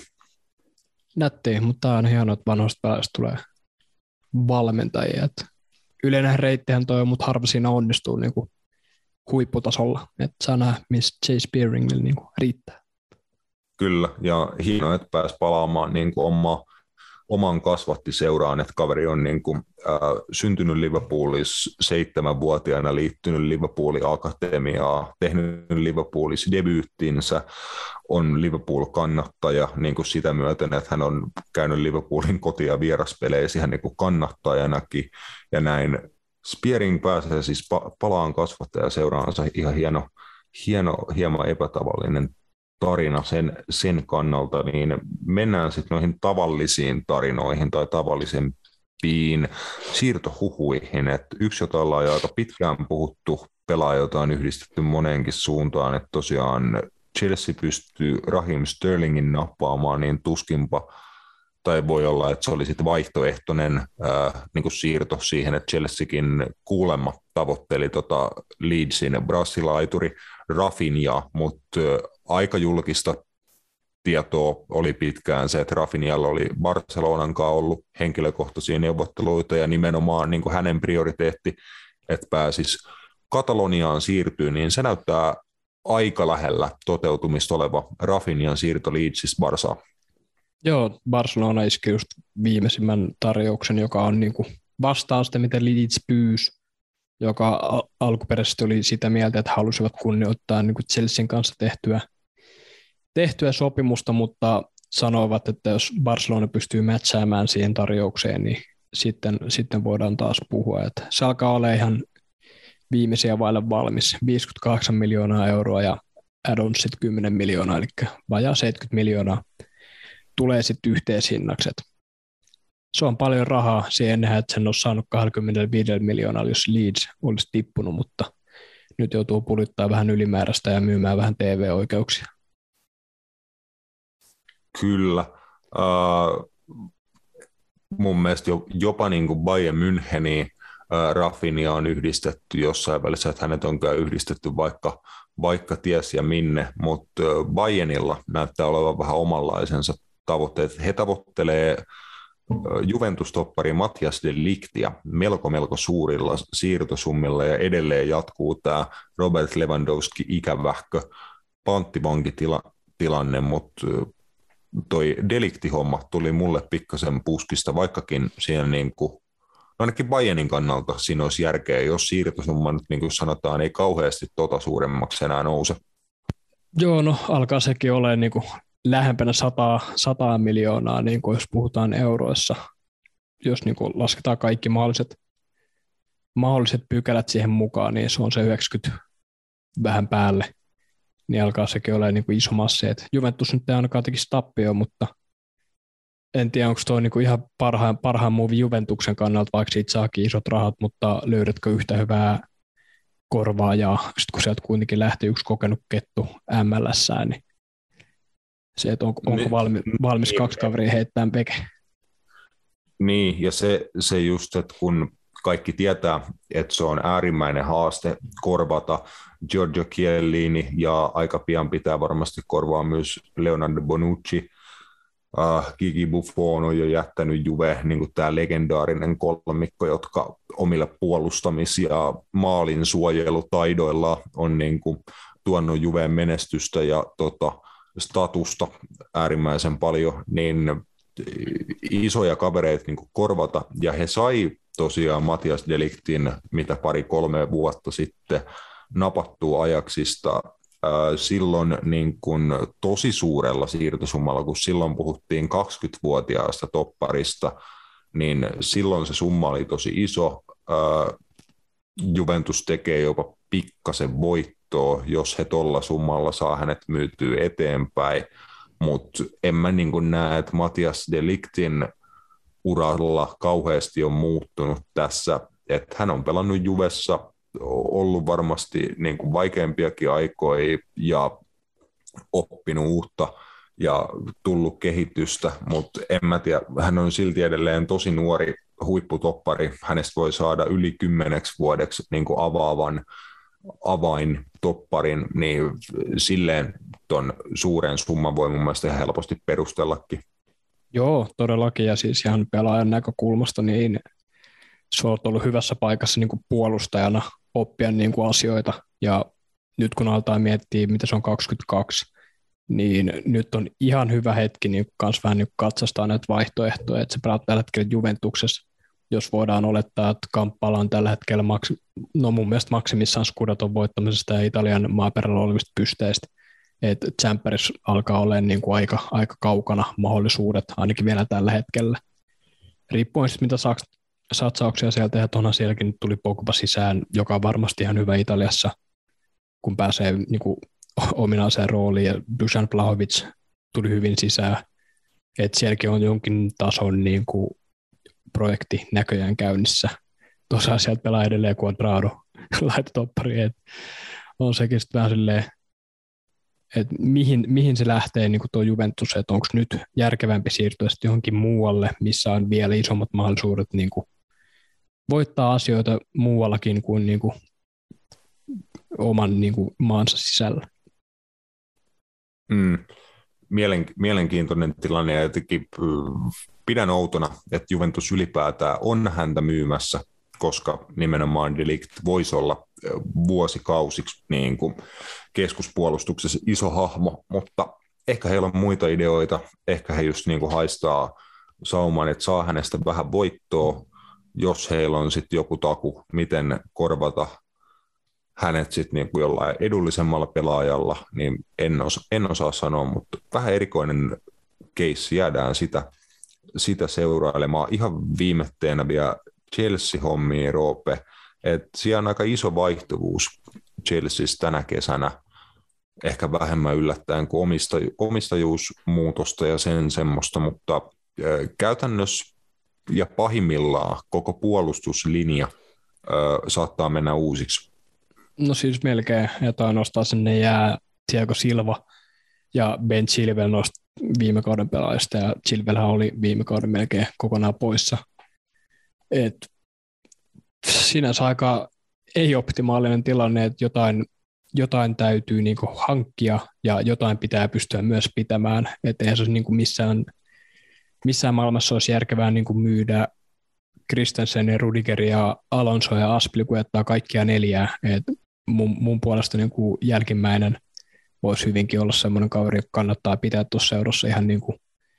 S3: Nättiä, mutta tämä on hienoa, että vanhoista pelaajista tulee valmentajia. Yleinen reittihän toi on, mutta harva siinä onnistuu niin kuin huipputasolla, että saa nähdä, missä Jay Spearingille niin kuin riittää.
S1: Kyllä, ja hienoa, että pääsi palaamaan niin kuin oma, oman kasvattiseuraan, että kaveri on niin kuin, äh, syntynyt Liverpoolissa seitsemänvuotiaana, liittynyt Liverpoolin akatemiaan, tehnyt Liverpoolissa debyyttinsä, on Liverpool-kannattaja niin kuin sitä myöten, että hän on käynyt Liverpoolin koti- ja vieraspeleissä ihan niin kuin kannattajanakin, ja näin Spearing pääsee siis palaan kasvattajaseuraansa, ihan hieno, hieno, hieman epätavallinen tarina sen, sen kannalta, niin mennään sitten noihin tavallisiin tarinoihin tai tavallisempiin siirtohuhuihin. Et yksi, jota ollaan jo aika pitkään puhuttu, pelaaja, jota on yhdistetty moneenkin suuntaan, että tosiaan Chelsea pystyy Raheem Sterlingin nappaamaan, niin tuskinpa, tai voi olla, että se oli sitten vaihtoehtoinen ää, niin kuin siirto siihen, että Chelseakin kuulemma tavoitteli tota Leedsin brassilaituri Rafinha, mutta aika julkista tietoa oli pitkään se, että Rafinhalla oli Barcelonan kanssa ollut henkilökohtaisia neuvotteluita ja nimenomaan niin kuin hänen prioriteetti, että pääsisi Kataloniaan siirtyy, niin se näyttää aika lähellä toteutumista oleva Rafinhan siirto Leedsistä Barsaan.
S3: Joo, Barcelona iski just viimeisimmän tarjouksen, joka on niin kuin vastaa sitä, mitä Leeds pyysi, joka al- alkuperäisesti oli sitä mieltä, että halusivat kunnioittaa niin kuin Chelsean kanssa tehtyä, tehtyä sopimusta, mutta sanoivat, että jos Barcelona pystyy mätsäämään siihen tarjoukseen, niin sitten, sitten voidaan taas puhua. Että se alkaa olla ihan viimeisiä vaille valmis, viisikymmentäkahdeksan miljoonaa euroa ja add-onsit kymmenen miljoonaa, eli vajaa seitsemänkymmentä miljoonaa tulee sitten yhteishinnakset. Se on paljon rahaa siihen nähdä, että sen olisi saanut kaksikymmentäviisi miljoonaa, jos Leeds olisi tippunut, mutta nyt joutuu pulittaa vähän ylimääräistä ja myymään vähän T V-oikeuksia.
S1: Kyllä. Uh, mun mielestä jopa niin kuin Bayern Müncheniin uh, Rafinha on yhdistetty jossain välissä, että hänet on yhdistetty vaikka, vaikka ties ja minne, mutta uh, Bayernilla näyttää olevan vähän omanlaisensa tavoitteet. He tavoittelee Juventus-toppari Mattias de Ligtia melko melko suurilla siirtosummilla ja edelleen jatkuu tämä Robert Lewandowski ikävähkö panttivankitilanne, mutta toi Delikti-homma tuli mulle pikkasen puskista, vaikkakin siinä niin kuin, ainakin Bayernin kannalta siinä olisi järkeä, jos siirtosumma nyt niin kuin sanotaan ei kauheasti tota suuremmaksi enää nouse.
S3: Joo, no alkaa sekin olemaan niin kuin lähempänä sata miljoonaa, niin kuin jos puhutaan euroissa, jos niin kuin lasketaan kaikki mahdolliset, mahdolliset pykälät siihen mukaan, niin se on se yhdeksänkymmentä vähän päälle, niin alkaa sekin olemaan niin kuin iso massi. Et Juventus nyt ei ainakaan tekisi tappioon, mutta en tiedä, onko tuo niinku ihan parhaan, parhaan muovi Juventuksen kannalta, vaikka siitä saakin isot rahat, mutta löydätkö yhtä hyvää korvaajaa, sitten kun sieltä kuitenkin lähti yksi kokenut kettu M L S:ään, niin se, että on, onko valmi, valmis niin, kaksi kaveria heittämään veke.
S1: Niin, ja se, se just, että kun kaikki tietää, että se on äärimmäinen haaste korvata Giorgio Chiellini, ja aika pian pitää varmasti korvaa myös Leonardo Bonucci. Uh, Gigi Buffon on jo jättänyt Juve, niin kuin tämä legendaarinen kolmikko, jotka omilla puolustamis- ja maalin suojelutaidoilla on niin kuin tuonut Juveen menestystä ja tota, statusta äärimmäisen paljon, niin isoja kavereita niin kuin korvata, ja he sai tosiaan Matias de Ligtin, mitä pari-kolme vuotta sitten napattua Ajaxista silloin niin kuin tosi suurella siirtosummalla, kun silloin puhuttiin kaksikymmentävuotiaasta topparista, niin silloin se summa oli tosi iso. Juventus tekee jopa pikkasen voittoa, jos he tuolla summalla saa hänet myytyä eteenpäin, mutta en mä niin kuin näe, että Matias de Ligtin uralla kauheasti on muuttunut tässä, että hän on pelannut Juvessa, ollut varmasti niin kuin vaikeampiakin aikoja ja oppinut uutta ja tullut kehitystä, mutta en mä tiedä, hän on silti edelleen tosi nuori huipputoppari, hänestä voi saada yli kymmeneksi vuodeksi niin kuin avaavan avaintopparin, niin silleen ton suuren summan voi mun mielestä helposti perustellakin.
S3: Joo, todellakin, ja siis ihan pelaajan näkökulmasta, niin se on ollut hyvässä paikassa niin kuin puolustajana oppia niin kuin asioita, ja nyt kun aletaan miettiä, mitä se on kaksikymmentäkaksi, niin nyt on ihan hyvä hetki niin kans vähän niin katsastaa näitä vaihtoehtoja, että se pelaat tällä hetkellä Juventuksessa, jos voidaan olettaa, että Kampala on tällä hetkellä, maks- no mun mielestä maksimissaan Scudetton voittamisesta ja Italian maaperällä olevista pysteistä, että Champeris alkaa olemaan niin kuin aika, aika kaukana mahdollisuudet, ainakin vielä tällä hetkellä. Riippuen sitten, mitä saaks satsauksia sieltä tehdä, onhan sielläkin nyt tuli Pogba sisään, joka on varmasti ihan hyvä Italiassa, kun pääsee niin kuin ominaiseen rooliin, ja Dusan Vlahovic tuli hyvin sisään, että sielläkin on jonkin tason niin kuin projekti näköjään käynnissä. Tosiaan sieltä pelaa edelleen Cuadrado laitotoppari, että on sekin sitten vähän silleen, että mihin, mihin se lähtee niin kuin tuo Juventus, että onko nyt järkevämpi siirtyä sitten johonkin muualle, missä on vielä isommat mahdollisuudet niin kuin voittaa asioita muuallakin kuin, niin kuin oman niin kuin maansa sisällä.
S1: Mm. Mielen, mielenkiintoinen tilanne, ja jotenkin pidän outona, että Juventus ylipäätään on häntä myymässä, koska nimenomaan de Ligt voisi olla vuosikausiksi niin kuin keskuspuolustuksessa iso hahmo, mutta ehkä heillä on muita ideoita, ehkä he just niin kuin haistaa sauman, että saa hänestä vähän voittoa, jos heillä on sitten joku taku, miten korvata hänet sitten niin kuin jollain edullisemmalla pelaajalla, niin en, osa, en osaa sanoa, mutta vähän erikoinen case, jäädään sitä, sitä seurailemaan. Ihan viimetteenä vielä Chelsea-hommia, Roope, että siellä on aika iso vaihtuvuus Chelseassa tänä kesänä, ehkä vähemmän yllättäen kuin omistaju- omistajuusmuutosta ja sen semmoista, mutta äh, käytännössä ja pahimmillaan koko puolustuslinja äh, saattaa mennä uusiksi.
S3: No siis melkein, jotain nostaa sinne jää Thiago Silva ja Ben Chilwell nosti viime kauden pelaajista, ja Chilwellhän oli viime kauden melkein kokonaan poissa. Et sinänsä aika ei-optimaalinen tilanne, että jotain, jotain täytyy niinku hankkia ja jotain pitää pystyä myös pitämään. Että eihän se niinku missään, missään maailmassa olisi järkevää niinku myydä Christensen ja Rudiger ja Alonso ja Aspilicuettaa kaikkia neljää. Et mun, mun puolesta niinku jälkimmäinen voisi hyvinkin olla semmoinen kaveri, joka kannattaa pitää tuossa seurassa ihan niinku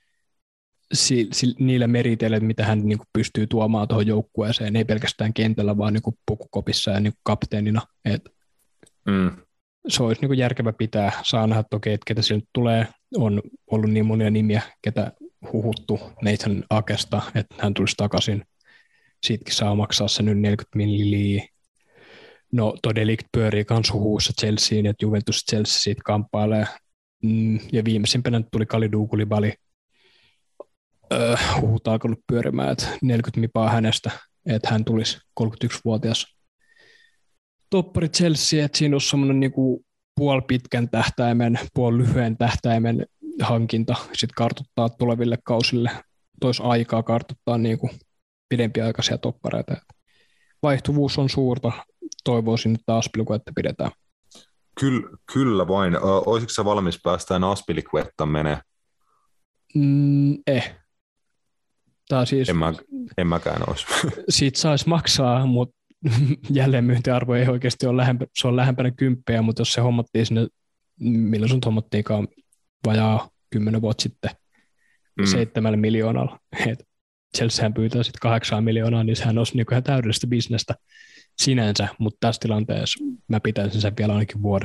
S3: Si, si, niillä meriteillä, mitä hän niin kuin pystyy tuomaan tuohon joukkueeseen, ei pelkästään kentällä, vaan niin kuin pukukopissa ja niin kuin kapteenina. Et
S1: mm.
S3: Se olisi niin kuin järkevä pitää. Saa nähdä toki, että ketä sille tulee. On ollut niin monia nimiä, ketä huhuttu Nathan Akesta, että hän tulisi takaisin. Siitäkin saa maksaa se nyt neljäkymmentä milliä. No, De Ligt pyörii kans huhuissa Chelseain, että Juventus Chelsea siitä kamppailee. Mm, ja viimeisimpänä tuli Kalidou Koulibaly öö, huhut alkanut pyörimään, että neljäkymmentä mipaa hänestä, että hän tulisi kolmekymmentäyksivuotias toppari Chelsea, että siinä olisi semmoinen niinku puoli pitkän tähtäimen, puoli lyhyen tähtäimen hankinta, sitten kartoittaa tuleville kausille, tois aikaa kartoittaa niinku pidempiaikaisia toppareita. Vaihtuvuus on suurta, toivoisin, että Aspilicueta pidetään.
S1: Kyllä, kyllä vain. Olisitko sä valmis päästään Aspilicuetan menee?
S3: Mm, eh. Tää siis,
S1: en, mä, en mäkään olisi.
S3: Siitä saisi maksaa, mutta jälleenmyyntiarvo ei oikeasti ole lähempänä, se on lähempänä kymppeä, mutta jos se hommattiin sinne, milloin sun hommattiinkaan vajaa kymmenen vuotta sitten, mm. seitsemällä miljoonalla, että Chelseahän pyytää sitten kahdeksan miljoonaa, niin sehän olisi niinku ihan täydellistä bisnestä sinänsä, mutta tässä tilanteessa mä pitäisin sen vielä ainakin vuoden.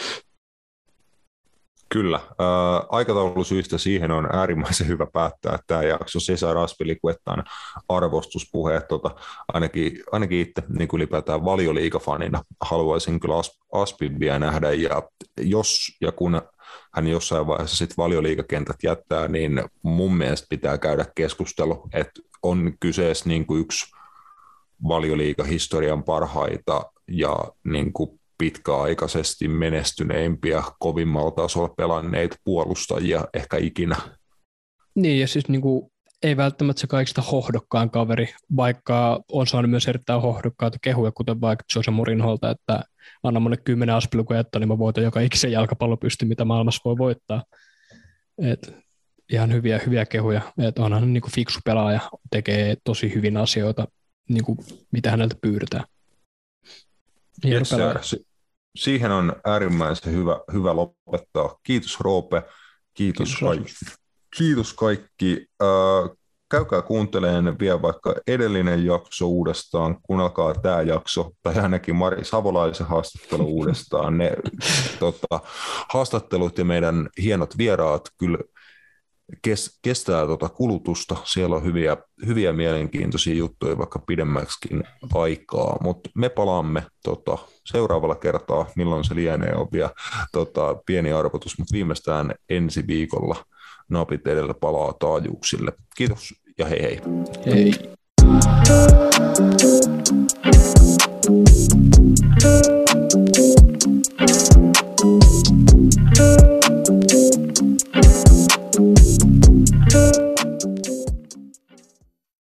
S1: Kyllä. Äh, aikataulusyistä siihen on äärimmäisen hyvä päättää tämä jakso. Cesar Aspilicuetan arvostuspuheet, tota, ainakin, ainakin itse niin kuin ylipäätään Valioliiga-fanina haluaisin kyllä Aspin vielä nähdä, ja jos ja kun hän jossain vaiheessa sitten Valioliigakentät jättää, niin mun mielestä pitää käydä keskustelu, että on kyseessä niin kuin yksi Valioliiga-historian parhaita ja niin kuin pitkäaikaisesti menestyneimpiä, kovimmalla tasolla pelanneita puolustajia ehkä ikinä.
S3: Niin, ja siis niin kuin, ei välttämättä se kaikista hohdokkaan kaveri, vaikka on saanut myös erittäin hohdokkaita kehuja, kuten vaikka Jose Mourinholta, että anna mulle kymmenen Aspilicueta, niin mä voitan joka ikisen jalkapallopysty, mitä maailmassa voi voittaa. Et ihan hyviä, hyviä kehuja, että onhan hän niin kuin fiksu pelaaja, tekee tosi hyvin asioita, niin kuin mitä häneltä pyydetään.
S1: Yes, siihen on äärimmäisen hyvä, hyvä lopettaa. Kiitos Roope, kiitos, kiitos kaikki. Kiitos kaikki. Äh, käykää kuuntelemaan vielä vaikka edellinen jakso uudestaan, kuunnelkaa tämä jakso, tai ainakin Mari Savolaisen haastattelu uudestaan. Ne tota, haastattelut ja meidän hienot vieraat kyllä kes, kestää tota kulutusta. Siellä on hyviä, hyviä mielenkiintoisia juttuja vaikka pidemmäksikin aikaa, mutta me palaamme tota, seuraavalla kertaa, milloin se lienee, on vielä tota, pieni arvotus, mutta viimeistään ensi viikolla Napit edellä palaa taajuuksille. Kiitos ja hei hei.
S3: Hei.